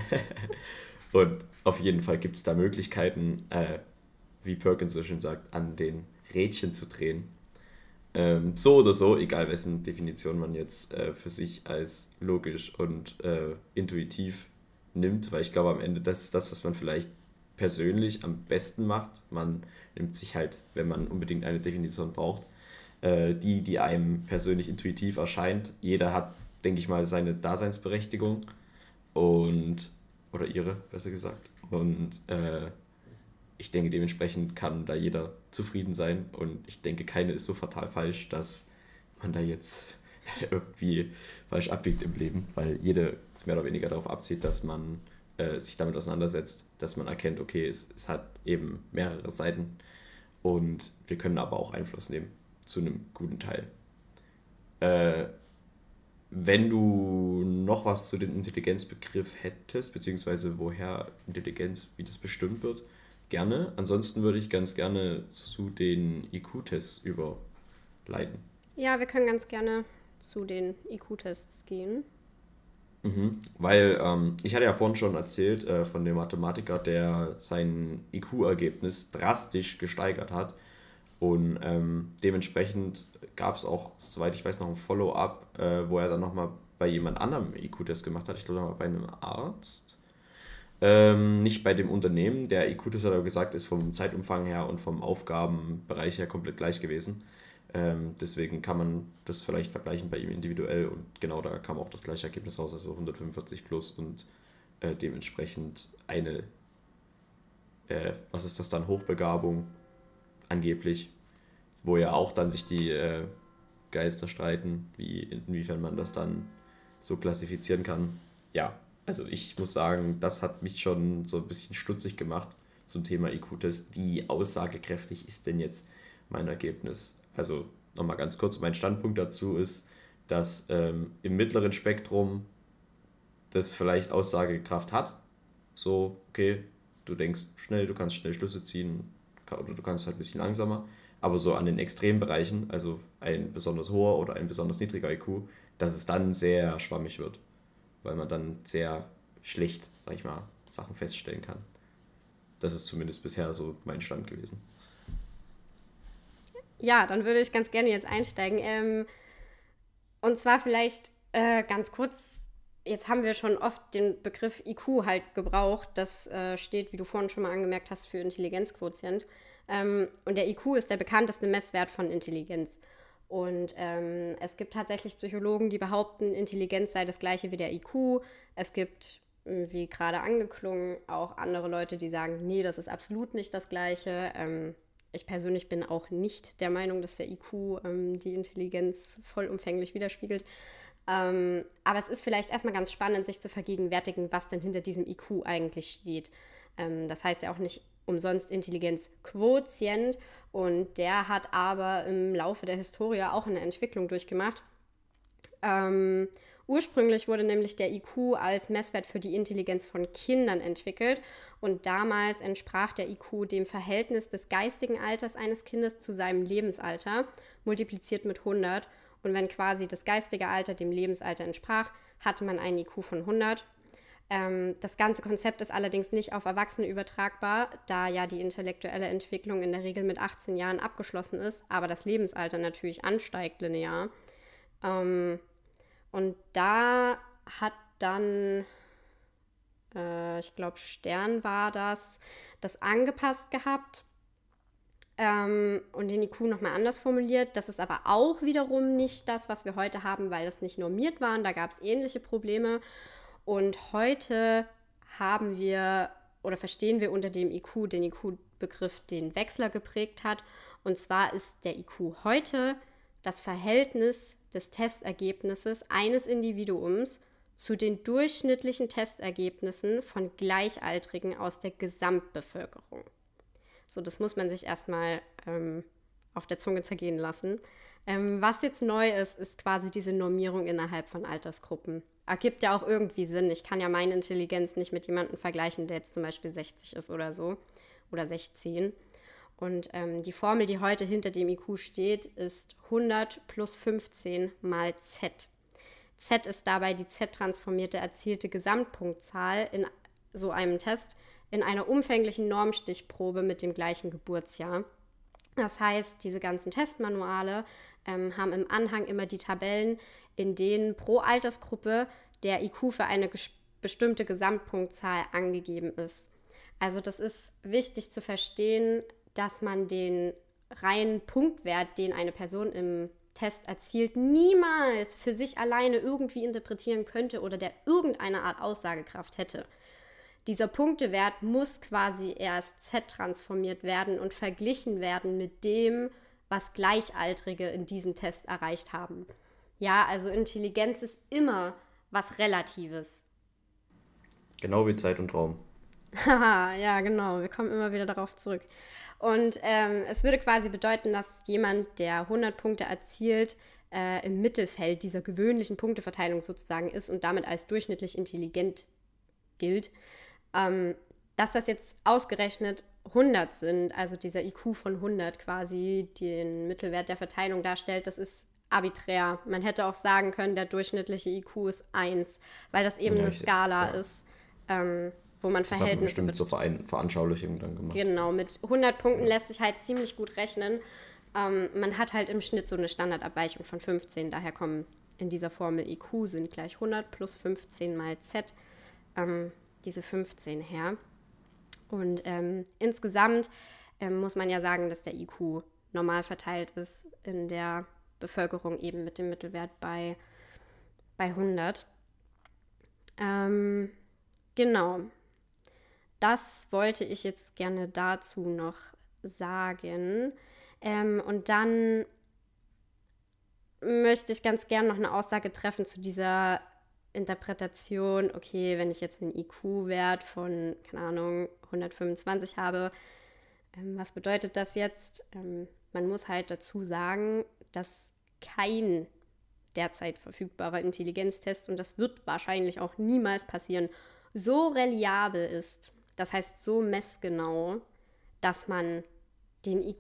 und auf jeden Fall gibt es da Möglichkeiten, äh, wie Perkins so schön sagt, an den Rädchen zu drehen. Ähm, so oder so, egal wessen Definition man jetzt äh, für sich als logisch und äh, intuitiv nimmt, weil ich glaube, am Ende das ist das, was man vielleicht persönlich am besten macht. Man nimmt sich halt, wenn man unbedingt eine Definition braucht, äh, die, die einem persönlich intuitiv erscheint. Jeder hat, denke ich mal, seine Daseinsberechtigung und oder ihre, besser gesagt. Und äh, ich denke, dementsprechend kann da jeder zufrieden sein, und ich denke, keine ist so fatal falsch, dass man da jetzt irgendwie falsch abbiegt im Leben, weil jede mehr oder weniger darauf abzielt, dass man äh, sich damit auseinandersetzt, dass man erkennt, okay, es, es hat eben mehrere Seiten, und wir können aber auch Einfluss nehmen, zu einem guten Teil. Äh, wenn du noch was zu dem Intelligenzbegriff hättest, beziehungsweise woher Intelligenz, wie das bestimmt wird, gerne. Ansonsten würde ich ganz gerne zu den I Q-Tests überleiten. Ja, wir können ganz gerne zu den I Q-Tests gehen. Mhm. Weil ähm, ich hatte ja vorhin schon erzählt äh, von dem Mathematiker, der sein I Q-Ergebnis drastisch gesteigert hat. Und ähm, dementsprechend gab es auch, soweit ich weiß, noch ein Follow-up, äh, wo er dann nochmal bei jemand anderem I Q-Test gemacht hat. Ich glaube, nochmal bei einem Arzt. Ähm, nicht bei dem Unternehmen. Der I Q-Test hat aber gesagt, ist vom Zeitumfang her und vom Aufgabenbereich her komplett gleich gewesen. Ähm, deswegen kann man das vielleicht vergleichen bei ihm individuell, und genau da kam auch das gleiche Ergebnis raus, also hundertfünfundvierzig plus, und äh, dementsprechend eine, äh, was ist das dann, Hochbegabung angeblich, wo ja auch dann sich die äh, Geister streiten, wie, inwiefern man das dann so klassifizieren kann. Ja, also ich muss sagen, das hat mich schon so ein bisschen stutzig gemacht zum Thema I Q-Test. Wie aussagekräftig ist denn jetzt mein Ergebnis? Also nochmal ganz kurz, mein Standpunkt dazu ist, dass ähm, im mittleren Spektrum das vielleicht Aussagekraft hat. So, okay, du denkst schnell, du kannst schnell Schlüsse ziehen, oder du kannst halt ein bisschen langsamer. Aber so an den Extrembereichen, also ein besonders hoher oder ein besonders niedriger I Q, dass es dann sehr schwammig wird, weil man dann sehr schlecht, sag ich mal, Sachen feststellen kann. Das ist zumindest bisher so mein Stand gewesen. Ja, dann würde ich ganz gerne jetzt einsteigen. Ähm, und zwar vielleicht äh, ganz kurz, jetzt haben wir schon oft den Begriff I Q halt gebraucht. Das äh, steht, wie du vorhin schon mal angemerkt hast, für Intelligenzquotient. Ähm, und der I Q ist der bekannteste Messwert von Intelligenz. Und ähm, es gibt tatsächlich Psychologen, die behaupten, Intelligenz sei das gleiche wie der I Q. Es gibt, wie gerade angeklungen, auch andere Leute, die sagen, nee, das ist absolut nicht das gleiche. Ähm, ich persönlich bin auch nicht der Meinung, dass der I Q ähm, die Intelligenz vollumfänglich widerspiegelt. Ähm, aber es ist vielleicht erstmal ganz spannend, sich zu vergegenwärtigen, was denn hinter diesem I Q eigentlich steht. Ähm, das heißt ja auch nicht umsonst Intelligenzquotient, und der hat aber im Laufe der Historie auch eine Entwicklung durchgemacht. Ähm, ursprünglich wurde nämlich der I Q als Messwert für die Intelligenz von Kindern entwickelt, und damals entsprach der I Q dem Verhältnis des geistigen Alters eines Kindes zu seinem Lebensalter, multipliziert mit hundert. Und wenn quasi das geistige Alter dem Lebensalter entsprach, hatte man einen I Q von hundert. Ähm, das ganze Konzept ist allerdings nicht auf Erwachsene übertragbar, da ja die intellektuelle Entwicklung in der Regel mit achtzehn Jahren abgeschlossen ist, aber das Lebensalter natürlich ansteigt linear. Ähm, und da hat dann, äh, ich glaube Stern war das, das angepasst gehabt ähm, und den I Q nochmal anders formuliert. Das ist aber auch wiederum nicht das, was wir heute haben, weil das nicht normiert war, und da gab es ähnliche Probleme. Und heute haben wir oder verstehen wir unter dem I Q den I Q-Begriff, den Wechsler geprägt hat. Und zwar ist der I Q heute das Verhältnis des Testergebnisses eines Individuums zu den durchschnittlichen Testergebnissen von Gleichaltrigen aus der Gesamtbevölkerung. So, das muss man sich erstmal ähm, auf der Zunge zergehen lassen. Ähm, was jetzt neu ist, ist quasi diese Normierung innerhalb von Altersgruppen. Ergibt ja auch irgendwie Sinn. Ich kann ja meine Intelligenz nicht mit jemandem vergleichen, der jetzt zum Beispiel sechzig ist oder so, oder sechzehn. Und ähm, die Formel, die heute hinter dem I Q steht, ist hundert plus fünfzehn mal Z. Z ist dabei die Z-transformierte erzielte Gesamtpunktzahl in so einem Test in einer umfänglichen Normstichprobe mit dem gleichen Geburtsjahr. Das heißt, diese ganzen Testmanuale ähm, haben im Anhang immer die Tabellen, in denen pro Altersgruppe der I Q für eine ges- bestimmte Gesamtpunktzahl angegeben ist. Also das ist wichtig zu verstehen, dass man den reinen Punktwert, den eine Person im Test erzielt, niemals für sich alleine irgendwie interpretieren könnte oder der irgendeine Art Aussagekraft hätte. Dieser Punktewert muss quasi erst Z-transformiert werden und verglichen werden mit dem, was Gleichaltrige in diesem Test erreicht haben. Ja, also Intelligenz ist immer was Relatives. Genau wie Zeit und Raum. Haha, ja, genau. Wir kommen immer wieder darauf zurück. Und ähm, es würde quasi bedeuten, dass jemand, der hundert Punkte erzielt, äh, im Mittelfeld dieser gewöhnlichen Punkteverteilung sozusagen ist und damit als durchschnittlich intelligent gilt. Ähm, dass das jetzt ausgerechnet hundert sind, also dieser I Q von hundert quasi den Mittelwert der Verteilung darstellt, das ist arbiträr. Man hätte auch sagen können, der durchschnittliche I Q ist eins, weil das eben ja, eine ich, Skala ja. ist, ähm, wo man das Verhältnisse... Das hat man bestimmt zur Verein- Veranschaulichung dann gemacht. Genau, mit hundert Punkten ja. lässt sich halt ziemlich gut rechnen. Ähm, man hat halt im Schnitt so eine Standardabweichung von fünfzehn, daher kommen in dieser Formel I Q sind gleich hundert plus fünfzehn mal Z, ähm, diese fünfzehn her. Und ähm, insgesamt ähm, muss man ja sagen, dass der I Q normal verteilt ist in der Bevölkerung, eben mit dem Mittelwert bei, bei hundert. Ähm, genau. Das wollte ich jetzt gerne dazu noch sagen. Ähm, und dann möchte ich ganz gerne noch eine Aussage treffen zu dieser Interpretation, okay, wenn ich jetzt einen I Q-Wert von, keine Ahnung, hundertfünfundzwanzig habe, ähm, was bedeutet das jetzt? Ähm, man muss halt dazu sagen, dass kein derzeit verfügbarer Intelligenztest, und das wird wahrscheinlich auch niemals passieren, so reliabel ist, das heißt so messgenau, dass man den I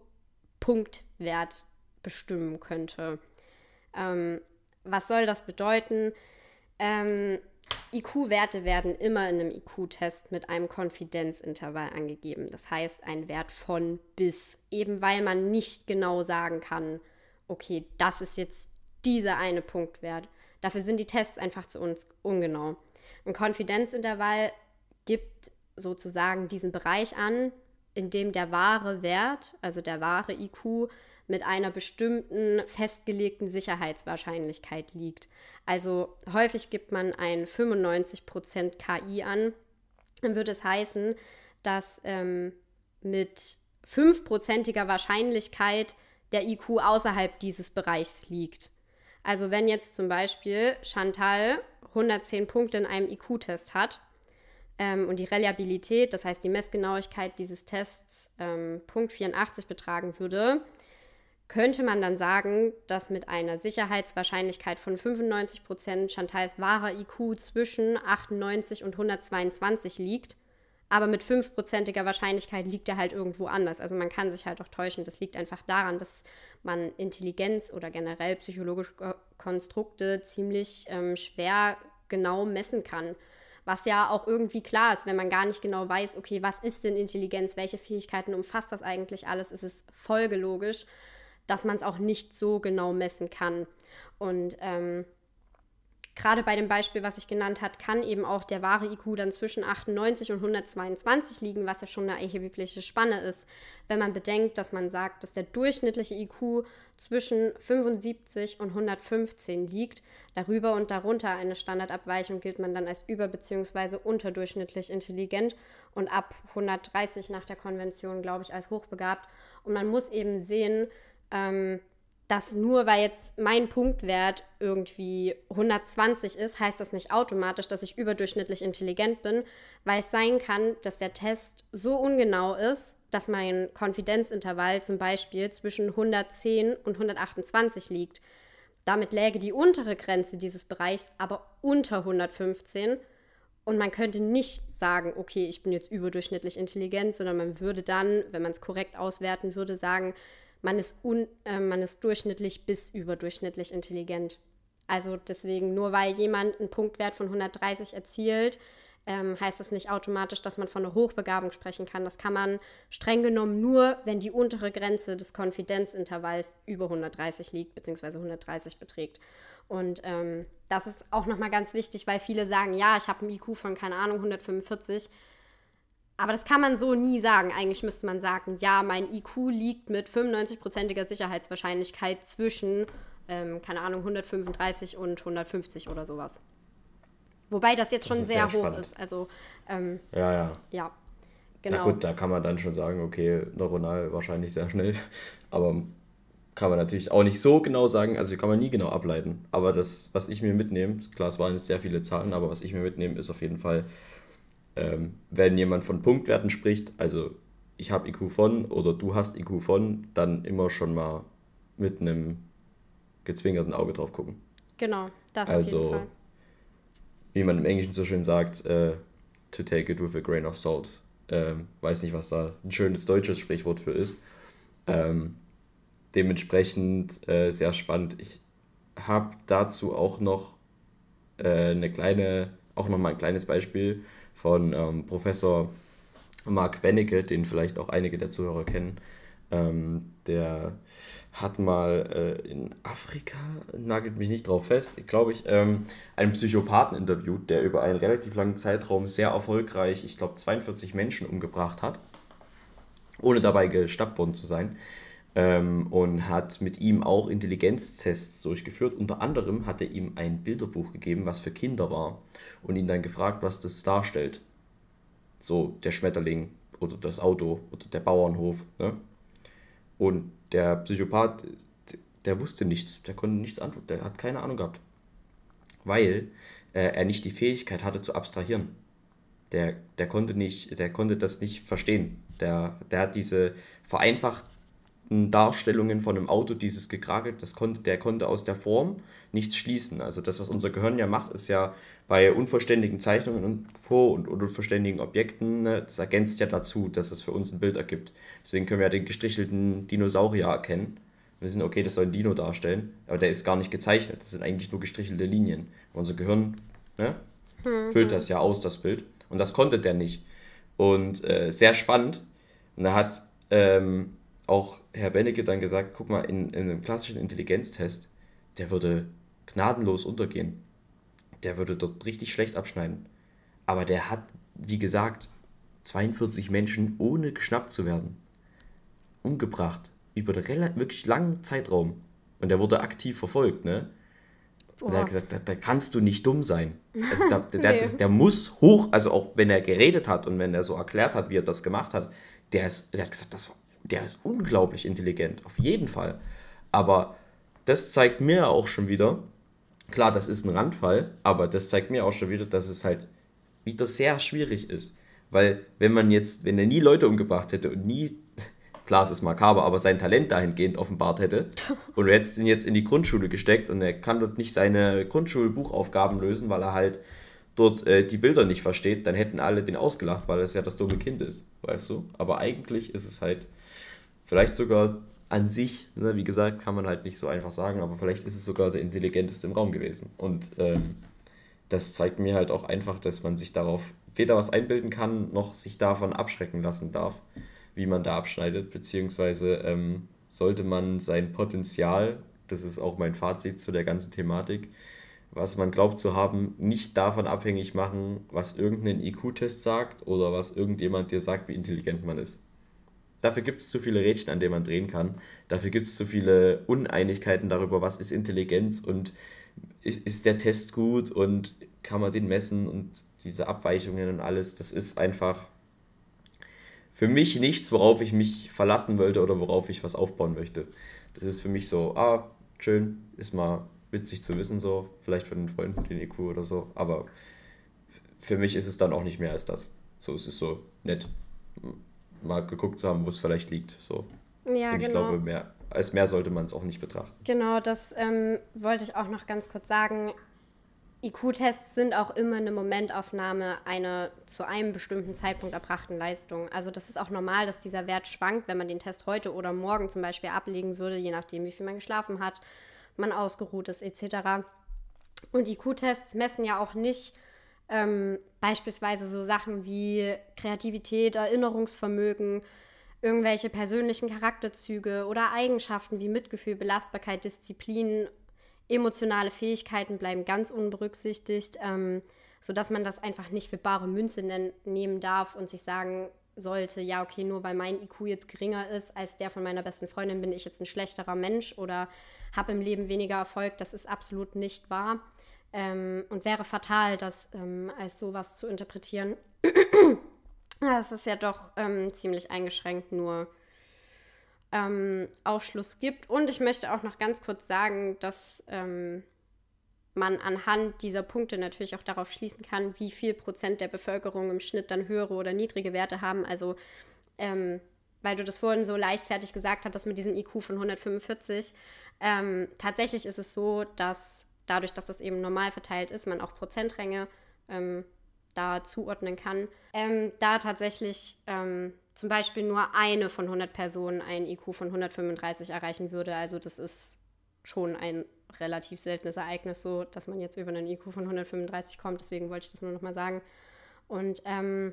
Q-Punktwert bestimmen könnte. Ähm, was soll das bedeuten? Ähm, I Q-Werte werden immer in einem I Q-Test mit einem Konfidenzintervall angegeben. Das heißt, ein Wert von bis, eben weil man nicht genau sagen kann, okay, das ist jetzt dieser eine Punktwert. Dafür sind die Tests einfach zu uns ungenau. Ein Konfidenzintervall gibt sozusagen diesen Bereich an, in dem der wahre Wert, also der wahre I Q, mit einer bestimmten festgelegten Sicherheitswahrscheinlichkeit liegt. Also häufig gibt man ein fünfundneunzig Prozent K I an, dann würde es heißen, dass ähm, mit fünf prozentiger Wahrscheinlichkeit der I Q außerhalb dieses Bereichs liegt. Also wenn jetzt zum Beispiel Chantal hundertzehn Punkte in einem I Q-Test hat ähm, und die Reliabilität, das heißt die Messgenauigkeit dieses Tests, ähm, Punkt vierundachtzig betragen würde, könnte man dann sagen, dass mit einer Sicherheitswahrscheinlichkeit von fünfundneunzig Prozent Chantals wahrer I Q zwischen achtundneunzig und hundertzweiundzwanzig liegt, aber mit fünfprozentiger Wahrscheinlichkeit liegt er halt irgendwo anders. Also man kann sich halt auch täuschen. Das liegt einfach daran, dass man Intelligenz oder generell psychologische Konstrukte ziemlich ähm, schwer genau messen kann. Was ja auch irgendwie klar ist, wenn man gar nicht genau weiß, okay, was ist denn Intelligenz, welche Fähigkeiten umfasst das eigentlich alles, ist es folgelogisch, dass man es auch nicht so genau messen kann. Und ähm, gerade bei dem Beispiel, was ich genannt habe, kann eben auch der wahre I Q dann zwischen achtundneunzig und hundertzweiundzwanzig liegen, was ja schon eine erhebliche Spanne ist, wenn man bedenkt, dass man sagt, dass der durchschnittliche I Q zwischen fünfundsiebzig und hundertfünfzehn liegt. Darüber und darunter eine Standardabweichung gilt man dann als über- bzw. unterdurchschnittlich intelligent und ab hundertdreißig nach der Konvention, glaube ich, als hochbegabt. Und man muss eben sehen, ähm, dass nur weil jetzt mein Punktwert irgendwie hundertzwanzig ist, heißt das nicht automatisch, dass ich überdurchschnittlich intelligent bin, weil es sein kann, dass der Test so ungenau ist, dass mein Konfidenzintervall zum Beispiel zwischen hundertzehn und hundertachtundzwanzig liegt. Damit läge die untere Grenze dieses Bereichs aber unter hundertfünfzehn und man könnte nicht sagen, okay, ich bin jetzt überdurchschnittlich intelligent, sondern man würde dann, wenn man es korrekt auswerten würde, sagen, Man ist, un, äh, man ist durchschnittlich bis überdurchschnittlich intelligent. Also deswegen, nur weil jemand einen Punktwert von hundertdreißig erzielt, ähm, heißt das nicht automatisch, dass man von einer Hochbegabung sprechen kann. Das kann man streng genommen nur, wenn die untere Grenze des Konfidenzintervalls über hundertdreißig liegt, beziehungsweise hundertdreißig beträgt. Und ähm, das ist auch nochmal ganz wichtig, weil viele sagen, ja, ich habe einen I Q von, keine Ahnung, hundertfünfundvierzig. Aber das kann man so nie sagen. Eigentlich müsste man sagen, ja, mein I Q liegt mit fünfundneunzig-prozentiger Sicherheitswahrscheinlichkeit zwischen, ähm, keine Ahnung, hundertfünfunddreißig und hundertfünfzig oder sowas. Wobei das jetzt schon das sehr, sehr hoch ist. Also, ähm, ja, ja. Ja, genau. Na gut, da kann man dann schon sagen, okay, neuronal wahrscheinlich sehr schnell. Aber kann man natürlich auch nicht so genau sagen, also kann man nie genau ableiten. Aber das, was ich mir mitnehme, klar, es waren jetzt sehr viele Zahlen, aber was ich mir mitnehme, ist auf jeden Fall, Ähm, wenn jemand von Punktwerten spricht, also ich habe I Q von oder du hast I Q von, dann immer schon mal mit einem gezwinkerten Auge drauf gucken. Genau, das also, auf jeden Fall. Wie man im Englischen so schön sagt, äh, to take it with a grain of salt. Ähm, weiß nicht, was da ein schönes deutsches Sprichwort für ist. Ähm, dementsprechend äh, sehr spannend. Ich habe dazu auch noch äh, eine kleine, auch noch mal ein kleines Beispiel von ähm, Professor Mark Benecke, den vielleicht auch einige der Zuhörer kennen. Ähm, der hat mal äh, in Afrika, nagelt mich nicht drauf fest, ich glaube ich, ähm, einen Psychopathen interviewt, der über einen relativ langen Zeitraum sehr erfolgreich, ich glaube zweiundvierzig Menschen umgebracht hat, ohne dabei geschnappt worden zu sein. Ähm, und hat mit ihm auch Intelligenztests durchgeführt. Unter anderem hat er ihm ein Bilderbuch gegeben, was für Kinder war, und ihn dann gefragt, was das darstellt. So der Schmetterling oder das Auto oder der Bauernhof. Ne? Und der Psychopath, der wusste nichts, der konnte nichts antworten, der hat keine Ahnung gehabt. Weil äh, er nicht die Fähigkeit hatte zu abstrahieren. Der, der, konnte nicht, der konnte das nicht verstehen. Der, der hat diese vereinfachten Darstellungen von einem Auto, dieses gekragelt, das konnte, der konnte aus der Form nichts schließen. Also das, was unser Gehirn ja macht, ist ja bei unvollständigen Zeichnungen und vor- und unvollständigen Objekten, ne, das ergänzt ja dazu, dass es für uns ein Bild ergibt. Deswegen können wir ja den gestrichelten Dinosaurier erkennen. Wir wissen, okay, das soll ein Dino darstellen, aber der ist gar nicht gezeichnet. Das sind eigentlich nur gestrichelte Linien. Unser Gehirn, ne, mhm. füllt das ja aus, das Bild. Und das konnte der nicht. Und äh, sehr spannend. Und er hat ähm, auch Herr Benecke dann gesagt, guck mal, in, in einem klassischen Intelligenztest, der würde gnadenlos untergehen. Der würde dort richtig schlecht abschneiden. Aber der hat, wie gesagt, zweiundvierzig Menschen, ohne geschnappt zu werden, umgebracht. Über einen relativ, wirklich langen Zeitraum. Und der wurde aktiv verfolgt, ne? Und er hat gesagt, da, da kannst du nicht dumm sein. Also da, der, nee. der, der muss hoch, also auch wenn er geredet hat und wenn er so erklärt hat, wie er das gemacht hat, der, ist, der hat gesagt, das war Der ist unglaublich intelligent, auf jeden Fall. Aber das zeigt mir auch schon wieder, klar, das ist ein Randfall, aber das zeigt mir auch schon wieder, dass es halt wieder sehr schwierig ist. Weil wenn man jetzt, wenn er nie Leute umgebracht hätte und nie, klar, es ist makaber, aber sein Talent dahingehend offenbart hätte und du hättest ihn jetzt in die Grundschule gesteckt und er kann dort nicht seine Grundschulbuchaufgaben lösen, weil er halt dort äh, die Bilder nicht versteht, dann hätten alle den ausgelacht, weil es ja das dumme Kind ist, weißt du? Aber eigentlich ist es halt vielleicht sogar an sich, ne, wie gesagt, kann man halt nicht so einfach sagen, aber vielleicht ist es sogar der intelligenteste im Raum gewesen. Und ähm, das zeigt mir halt auch einfach, dass man sich darauf weder was einbilden kann, noch sich davon abschrecken lassen darf, wie man da abschneidet, beziehungsweise ähm, sollte man sein Potenzial, das ist auch mein Fazit zu der ganzen Thematik, was man glaubt zu haben, nicht davon abhängig machen, was irgendein I Q-Test sagt oder was irgendjemand dir sagt, wie intelligent man ist. Dafür gibt es zu viele Rädchen, an denen man drehen kann. Dafür gibt es zu viele Uneinigkeiten darüber, was ist Intelligenz und ist, ist der Test gut und kann man den messen und diese Abweichungen und alles. Das ist einfach für mich nichts, worauf ich mich verlassen wollte oder worauf ich was aufbauen möchte. Das ist für mich so, ah, schön, ist mal witzig zu wissen, so, vielleicht von den Freunden den I Q oder so, aber für mich ist es dann auch nicht mehr als das. So, es ist so nett, mal geguckt zu haben, wo es vielleicht liegt, so. Ja, Und ich genau. glaube, mehr, als mehr sollte man es auch nicht betrachten. Genau, das ähm, wollte ich auch noch ganz kurz sagen. I Q-Tests sind auch immer eine Momentaufnahme einer zu einem bestimmten Zeitpunkt erbrachten Leistung. Also das ist auch normal, dass dieser Wert schwankt, wenn man den Test heute oder morgen zum Beispiel ablegen würde, je nachdem, wie viel man geschlafen hat, man ausgeruht ist et cetera. Und I Q-Tests messen ja auch nicht ähm, beispielsweise so Sachen wie Kreativität, Erinnerungsvermögen, irgendwelche persönlichen Charakterzüge oder Eigenschaften wie Mitgefühl, Belastbarkeit, Disziplin. Emotionale Fähigkeiten bleiben ganz unberücksichtigt, ähm, sodass man das einfach nicht für bare Münze nen- nehmen darf und sich sagen sollte, ja okay, nur weil mein I Q jetzt geringer ist als der von meiner besten Freundin, bin ich jetzt ein schlechterer Mensch oder habe im Leben weniger Erfolg. Das ist absolut nicht wahr ähm, und wäre fatal, das ähm, als sowas zu interpretieren. Das ist ja doch ähm, ziemlich eingeschränkt nur Ähm, Aufschluss gibt. Und ich möchte auch noch ganz kurz sagen, dass ähm, man anhand dieser Punkte natürlich auch darauf schließen kann, wie viel Prozent der Bevölkerung im Schnitt dann höhere oder niedrige Werte haben. Also, ähm, weil du das vorhin so leichtfertig gesagt hattest mit diesem I Q von hundertfünfundvierzig. Ähm, tatsächlich ist es so, dass dadurch, dass das eben normal verteilt ist, man auch Prozentränge ähm, da zuordnen kann. Ähm, da tatsächlich ähm, zum Beispiel nur eine von hundert Personen einen I Q von hundertfünfunddreißig erreichen würde. Also das ist schon ein relativ seltenes Ereignis, so dass man jetzt über einen I Q von hundertfünfunddreißig kommt. Deswegen wollte ich das nur noch mal sagen. Und ähm,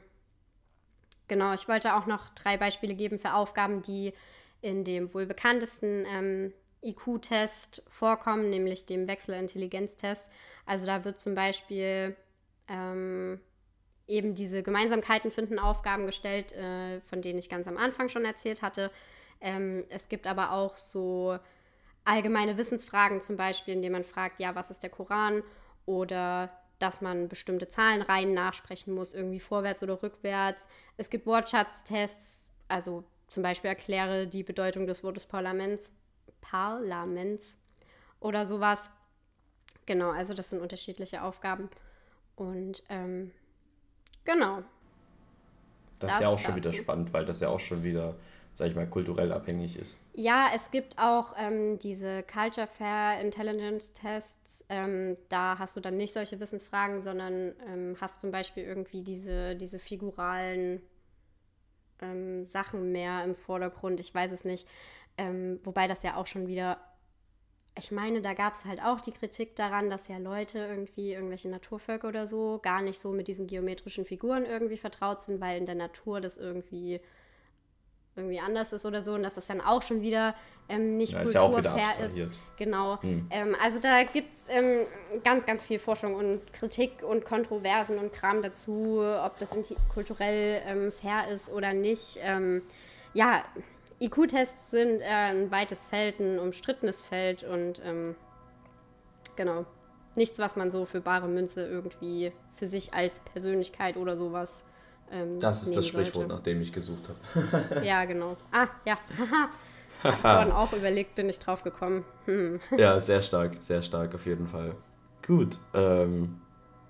genau, ich wollte auch noch drei Beispiele geben für Aufgaben, die in dem wohl bekanntesten ähm, I Q-Test vorkommen, nämlich dem Wechselintelligenztest. Also da wird zum Beispiel ähm, eben diese Gemeinsamkeiten finden Aufgaben gestellt, äh, von denen ich ganz am Anfang schon erzählt hatte. Ähm, es gibt aber auch so allgemeine Wissensfragen zum Beispiel, indem man fragt, ja, was ist der Koran? Oder dass man bestimmte Zahlenreihen nachsprechen muss, irgendwie vorwärts oder rückwärts. Es gibt Wortschatztests, also zum Beispiel erkläre die Bedeutung des Wortes Parlaments, Parlaments oder sowas. Genau, also das sind unterschiedliche Aufgaben. Und ähm, genau. Das ist ja auch schon wieder spannend, weil das ja auch schon wieder, sag ich mal, kulturell abhängig ist. Ja, es gibt auch ähm, diese Culture Fair Intelligence Tests. Ähm, da hast du dann nicht solche Wissensfragen, sondern ähm, hast zum Beispiel irgendwie diese, diese figuralen ähm, Sachen mehr im Vordergrund. Ich weiß es nicht. Ähm, wobei das ja auch schon wieder, ich meine, da gab es halt auch die Kritik daran, dass ja Leute irgendwie, irgendwelche Naturvölker oder so, gar nicht so mit diesen geometrischen Figuren irgendwie vertraut sind, weil in der Natur das irgendwie irgendwie anders ist oder so und dass das dann auch schon wieder ähm, nicht Ja, ist ja auch wieder kulturfair ist. abstrahiert. Genau. Hm. Ähm, also da gibt es ähm, ganz, ganz viel Forschung und Kritik und Kontroversen und Kram dazu, ob das inti- kulturell ähm, fair ist oder nicht. Ähm, ja, I Q-Tests sind äh, ein weites Feld, ein umstrittenes Feld und ähm, genau, nichts, was man so für bare Münze irgendwie für sich als Persönlichkeit oder sowas ähm, Das ist nehmen das Sprichwort, sollte. nach dem ich gesucht habe. Ja, genau. Ah, ja. Ich habe vorhin auch überlegt, bin ich drauf gekommen. Hm. Ja, sehr stark, sehr stark auf jeden Fall. Gut. Ähm,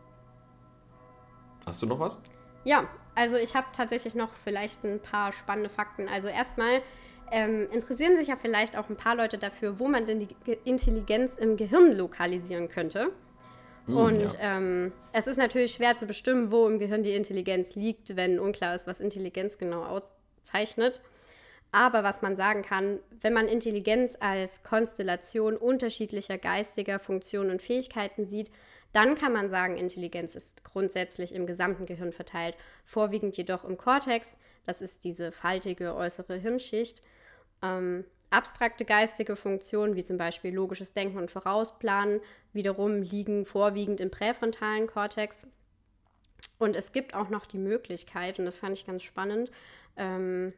hast du noch was? Ja, also ich habe tatsächlich noch vielleicht ein paar spannende Fakten. Also erstmal ähm, interessieren sich ja vielleicht auch ein paar Leute dafür, wo man denn die Ge- Intelligenz im Gehirn lokalisieren könnte. Hm, Und ja. ähm, es ist natürlich schwer zu bestimmen, wo im Gehirn die Intelligenz liegt, wenn unklar ist, was Intelligenz genau auszeichnet. Aber was man sagen kann, wenn man Intelligenz als Konstellation unterschiedlicher geistiger Funktionen und Fähigkeiten sieht, dann kann man sagen, Intelligenz ist grundsätzlich im gesamten Gehirn verteilt, vorwiegend jedoch im Kortex, das ist diese faltige äußere Hirnschicht. Ähm, abstrakte geistige Funktionen, wie zum Beispiel logisches Denken und Vorausplanen, wiederum liegen vorwiegend im präfrontalen Kortex. Und es gibt auch noch die Möglichkeit, und das fand ich ganz spannend, ähm,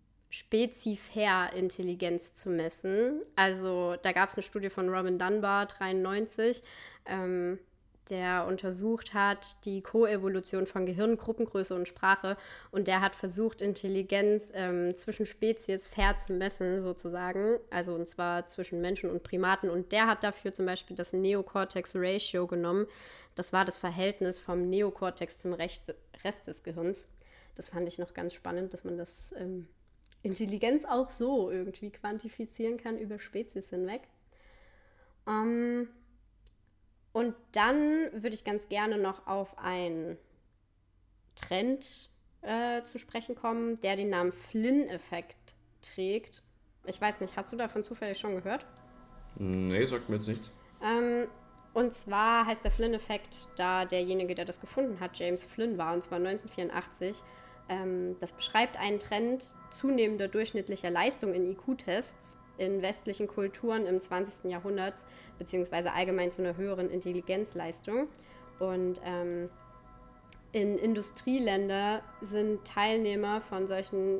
Speziferintelligenz zu messen. Also da gab es eine Studie von Robin Dunbar, dreiundneunzig, ähm, der untersucht hat die Koevolution von Gehirn, Gruppengröße und Sprache. Und der hat versucht, Intelligenz ähm, zwischen Spezies fair zu messen, sozusagen. Also und zwar zwischen Menschen und Primaten. Und der hat dafür zum Beispiel das Neocortex-Ratio genommen. Das war das Verhältnis vom Neokortex zum Rest des Gehirns. Das fand ich noch ganz spannend, dass man das ähm, Intelligenz auch so irgendwie quantifizieren kann über Spezies hinweg. Ähm, und dann würde ich ganz gerne noch auf einen Trend äh, zu sprechen kommen, der den Namen Flynn-Effekt trägt. Ich weiß nicht, hast du davon zufällig schon gehört? Nee, sagt mir jetzt nichts. Ähm, und zwar heißt der Flynn-Effekt, da derjenige, der das gefunden hat, James Flynn war, und zwar neunzehnhundertvierundachtzig. Ähm, das beschreibt einen Trend zunehmender durchschnittlicher Leistung in I Q-Tests in westlichen Kulturen im zwanzigsten Jahrhundert, beziehungsweise allgemein zu einer höheren Intelligenzleistung. Und ähm, in Industrieländern sind Teilnehmer von solchen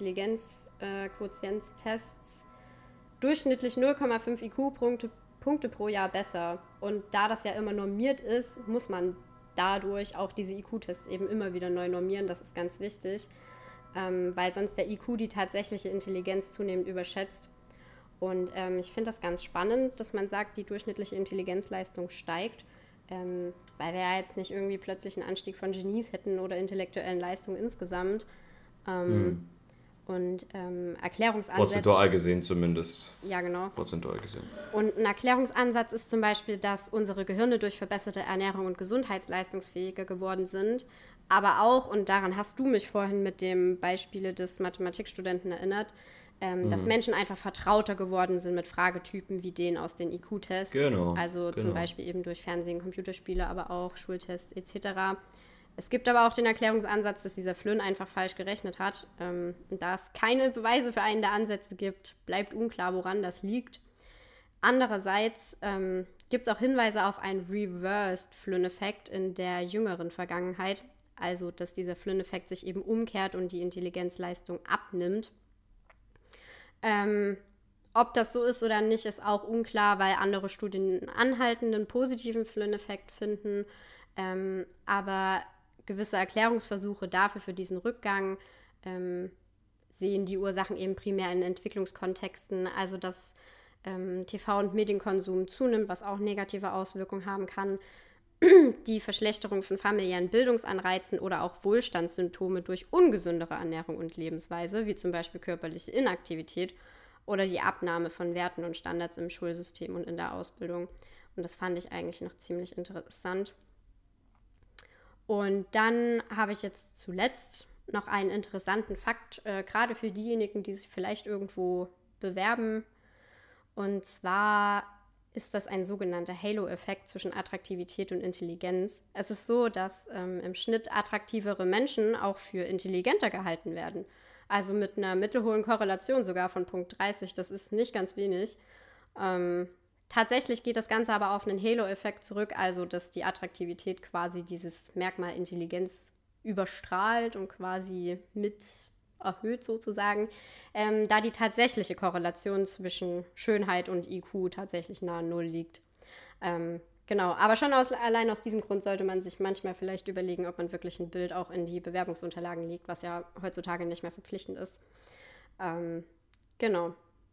Intelligenzquotientstests durchschnittlich null Komma fünf I Q-Punkte Punkte pro Jahr besser. Und da das ja immer normiert ist, muss man dadurch auch diese I Q-Tests eben immer wieder neu normieren. Das ist ganz wichtig, ähm, weil sonst der I Q die tatsächliche Intelligenz zunehmend überschätzt. Und ähm, ich finde das ganz spannend, dass man sagt, die durchschnittliche Intelligenzleistung steigt, ähm, weil wir ja jetzt nicht irgendwie plötzlich einen Anstieg von Genies hätten oder intellektuellen Leistungen insgesamt. Ähm, hm. Und ähm, Erklärungsansätze... Prozentual gesehen zumindest. Ja, genau. Prozentual gesehen. Und ein Erklärungsansatz ist zum Beispiel, dass unsere Gehirne durch verbesserte Ernährung und gesundheitsleistungsfähiger geworden sind. Aber auch, und daran hast du mich vorhin mit dem Beispiele des Mathematikstudenten erinnert, ähm, mhm. dass Menschen einfach vertrauter geworden sind mit Fragetypen wie denen aus den I Q-Tests. Genau. Also genau. zum Beispiel eben durch Fernsehen, Computerspiele, aber auch Schultests et cetera. Es gibt aber auch den Erklärungsansatz, dass dieser Flynn einfach falsch gerechnet hat. Ähm, und da es keine Beweise für einen der Ansätze gibt, bleibt unklar, woran das liegt. Andererseits ähm, gibt es auch Hinweise auf einen Reversed Flynn-Effekt in der jüngeren Vergangenheit. Also, dass dieser Flynn-Effekt sich eben umkehrt und die Intelligenzleistung abnimmt. Ähm, ob das so ist oder nicht, ist auch unklar, weil andere Studien einen anhaltenden positiven Flynn-Effekt finden. Ähm, aber gewisse Erklärungsversuche dafür, für diesen Rückgang, ähm, sehen die Ursachen eben primär in Entwicklungskontexten, also dass ähm, T V- und Medienkonsum zunimmt, was auch negative Auswirkungen haben kann, die Verschlechterung von familiären Bildungsanreizen oder auch Wohlstandssymptome durch ungesündere Ernährung und Lebensweise, wie zum Beispiel körperliche Inaktivität oder die Abnahme von Werten und Standards im Schulsystem und in der Ausbildung. Und das fand ich eigentlich noch ziemlich interessant. Und dann habe ich jetzt zuletzt noch einen interessanten Fakt, äh, gerade für diejenigen, die sich vielleicht irgendwo bewerben. Und zwar ist das ein sogenannter Halo-Effekt zwischen Attraktivität und Intelligenz. Es ist so, dass ähm, im Schnitt attraktivere Menschen auch für intelligenter gehalten werden. Also mit einer mittelhohen Korrelation sogar von Punkt dreißig. Das ist nicht ganz wenig. Ähm, Tatsächlich geht das Ganze aber auf einen Halo-Effekt zurück, also dass die Attraktivität quasi dieses Merkmal Intelligenz überstrahlt und quasi mit erhöht sozusagen, ähm, da die tatsächliche Korrelation zwischen Schönheit und I Q tatsächlich nahe Null liegt. Ähm, genau, aber schon aus, allein aus diesem Grund sollte man sich manchmal vielleicht überlegen, ob man wirklich ein Bild auch in die Bewerbungsunterlagen legt, was ja heutzutage nicht mehr verpflichtend ist. Ähm, genau.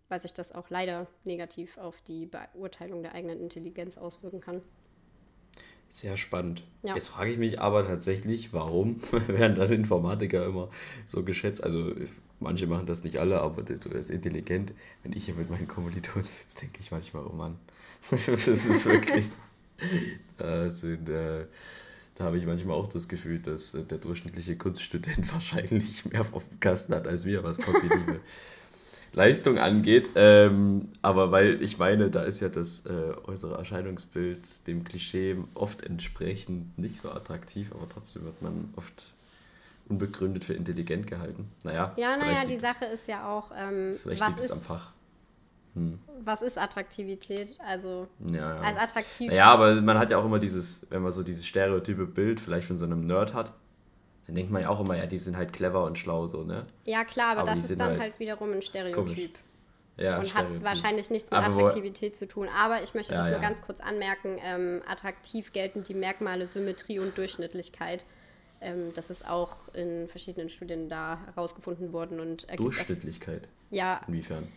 weil sich das auch leider negativ auf die Beurteilung der eigenen Intelligenz auswirken kann. Sehr spannend. Ja. Jetzt frage ich mich aber tatsächlich, warum werden dann Informatiker immer so geschätzt? Also manche machen das nicht alle, aber das ist intelligent. Wenn ich hier mit meinen Kommilitonen sitze, denke ich manchmal, oh Mann, das ist wirklich, das sind, äh, da habe ich manchmal auch das Gefühl, dass äh, der durchschnittliche Kunststudent wahrscheinlich mehr auf dem Kasten hat als wir, was kognitive Leistung angeht. Ähm, aber weil ich meine, da ist ja das äh, äußere Erscheinungsbild dem Klischee oft entsprechend nicht so attraktiv, aber trotzdem wird man oft unbegründet für intelligent gehalten. Naja, Ja, naja, die liegt Sache ist ja auch, ähm, es, vielleicht was, liegt es ist, am Fach. Hm. was ist Attraktivität? Also Ja, ja. als attraktiv. Ja, aber man hat ja auch immer dieses, wenn man so dieses stereotype Bild vielleicht von so einem Nerd hat, dann denkt man ja auch immer, ja, die sind halt clever und schlau, so, ne? Ja, klar, aber, Aber die das ist sind dann halt- halt wiederum ein ist komisch. Stereotyp. Ja, Und Stereotyp. hat wahrscheinlich nichts mit Aber wo- Attraktivität zu tun. Aber ich möchte Ja, das nur ja. ganz kurz anmerken. Ähm, attraktiv gelten die Merkmale Symmetrie und Durchschnittlichkeit. Ähm, das ist auch in verschiedenen Studien da herausgefunden worden. Und ergibt auch, Durchschnittlichkeit. ja, Inwiefern?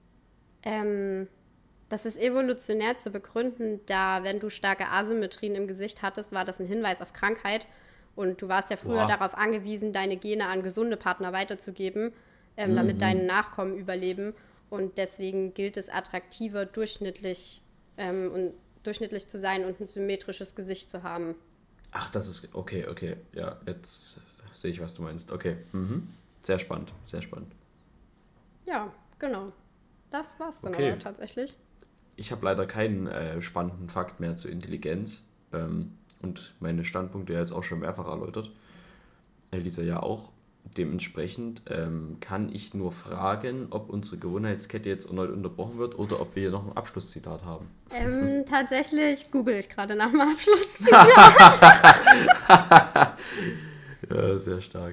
ähm, das ist evolutionär zu begründen, da wenn du starke Asymmetrien im Gesicht hattest, war das ein Hinweis auf Krankheit. Und du warst ja früher Boah. darauf angewiesen, deine Gene an gesunde Partner weiterzugeben, ähm, damit Mhm. deine Nachkommen überleben. Und deswegen gilt es attraktiver, durchschnittlich, ähm, und, durchschnittlich zu sein und ein symmetrisches Gesicht zu haben. Ach, das ist, okay, okay, ja, jetzt sehe ich, was du meinst. Okay, mhm. Sehr spannend, sehr spannend. Ja, genau. Das war's dann Okay. aber tatsächlich. Ich habe leider keinen äh, spannenden Fakt mehr zur Intelligenz ähm, und meine Standpunkte ja jetzt auch schon mehrfach erläutert. Elisa ja auch. Dementsprechend ähm, kann ich nur fragen, ob unsere Gewohnheitskette jetzt erneut unterbrochen wird oder ob wir hier noch ein Abschlusszitat haben. Ähm, tatsächlich google ich gerade nach dem Abschluss. Ja, sehr stark.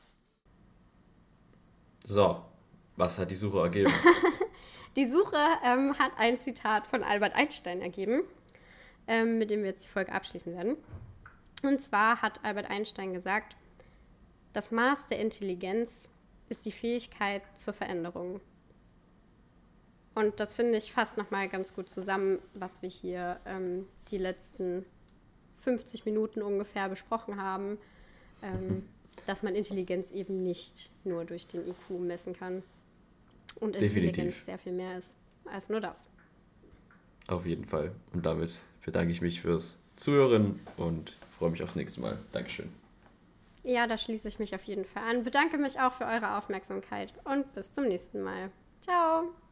So, was hat die Suche ergeben? Die Suche ähm, hat ein Zitat von Albert Einstein ergeben, ähm, mit dem wir jetzt die Folge abschließen werden. Und zwar hat Albert Einstein gesagt, das Maß der Intelligenz ist die Fähigkeit zur Veränderung. Und das finde ich fasst nochmal ganz gut zusammen, was wir hier ähm, die letzten fünfzig Minuten ungefähr besprochen haben, ähm, dass man Intelligenz eben nicht nur durch den I Q messen kann. Und Intelligenz Definitiv. sehr viel mehr ist als nur das. Auf jeden Fall. Und damit bedanke ich mich fürs Zuhören und freue mich aufs nächste Mal. Dankeschön. Ja, da schließe ich mich auf jeden Fall an. Bedanke mich auch für eure Aufmerksamkeit und bis zum nächsten Mal. Ciao!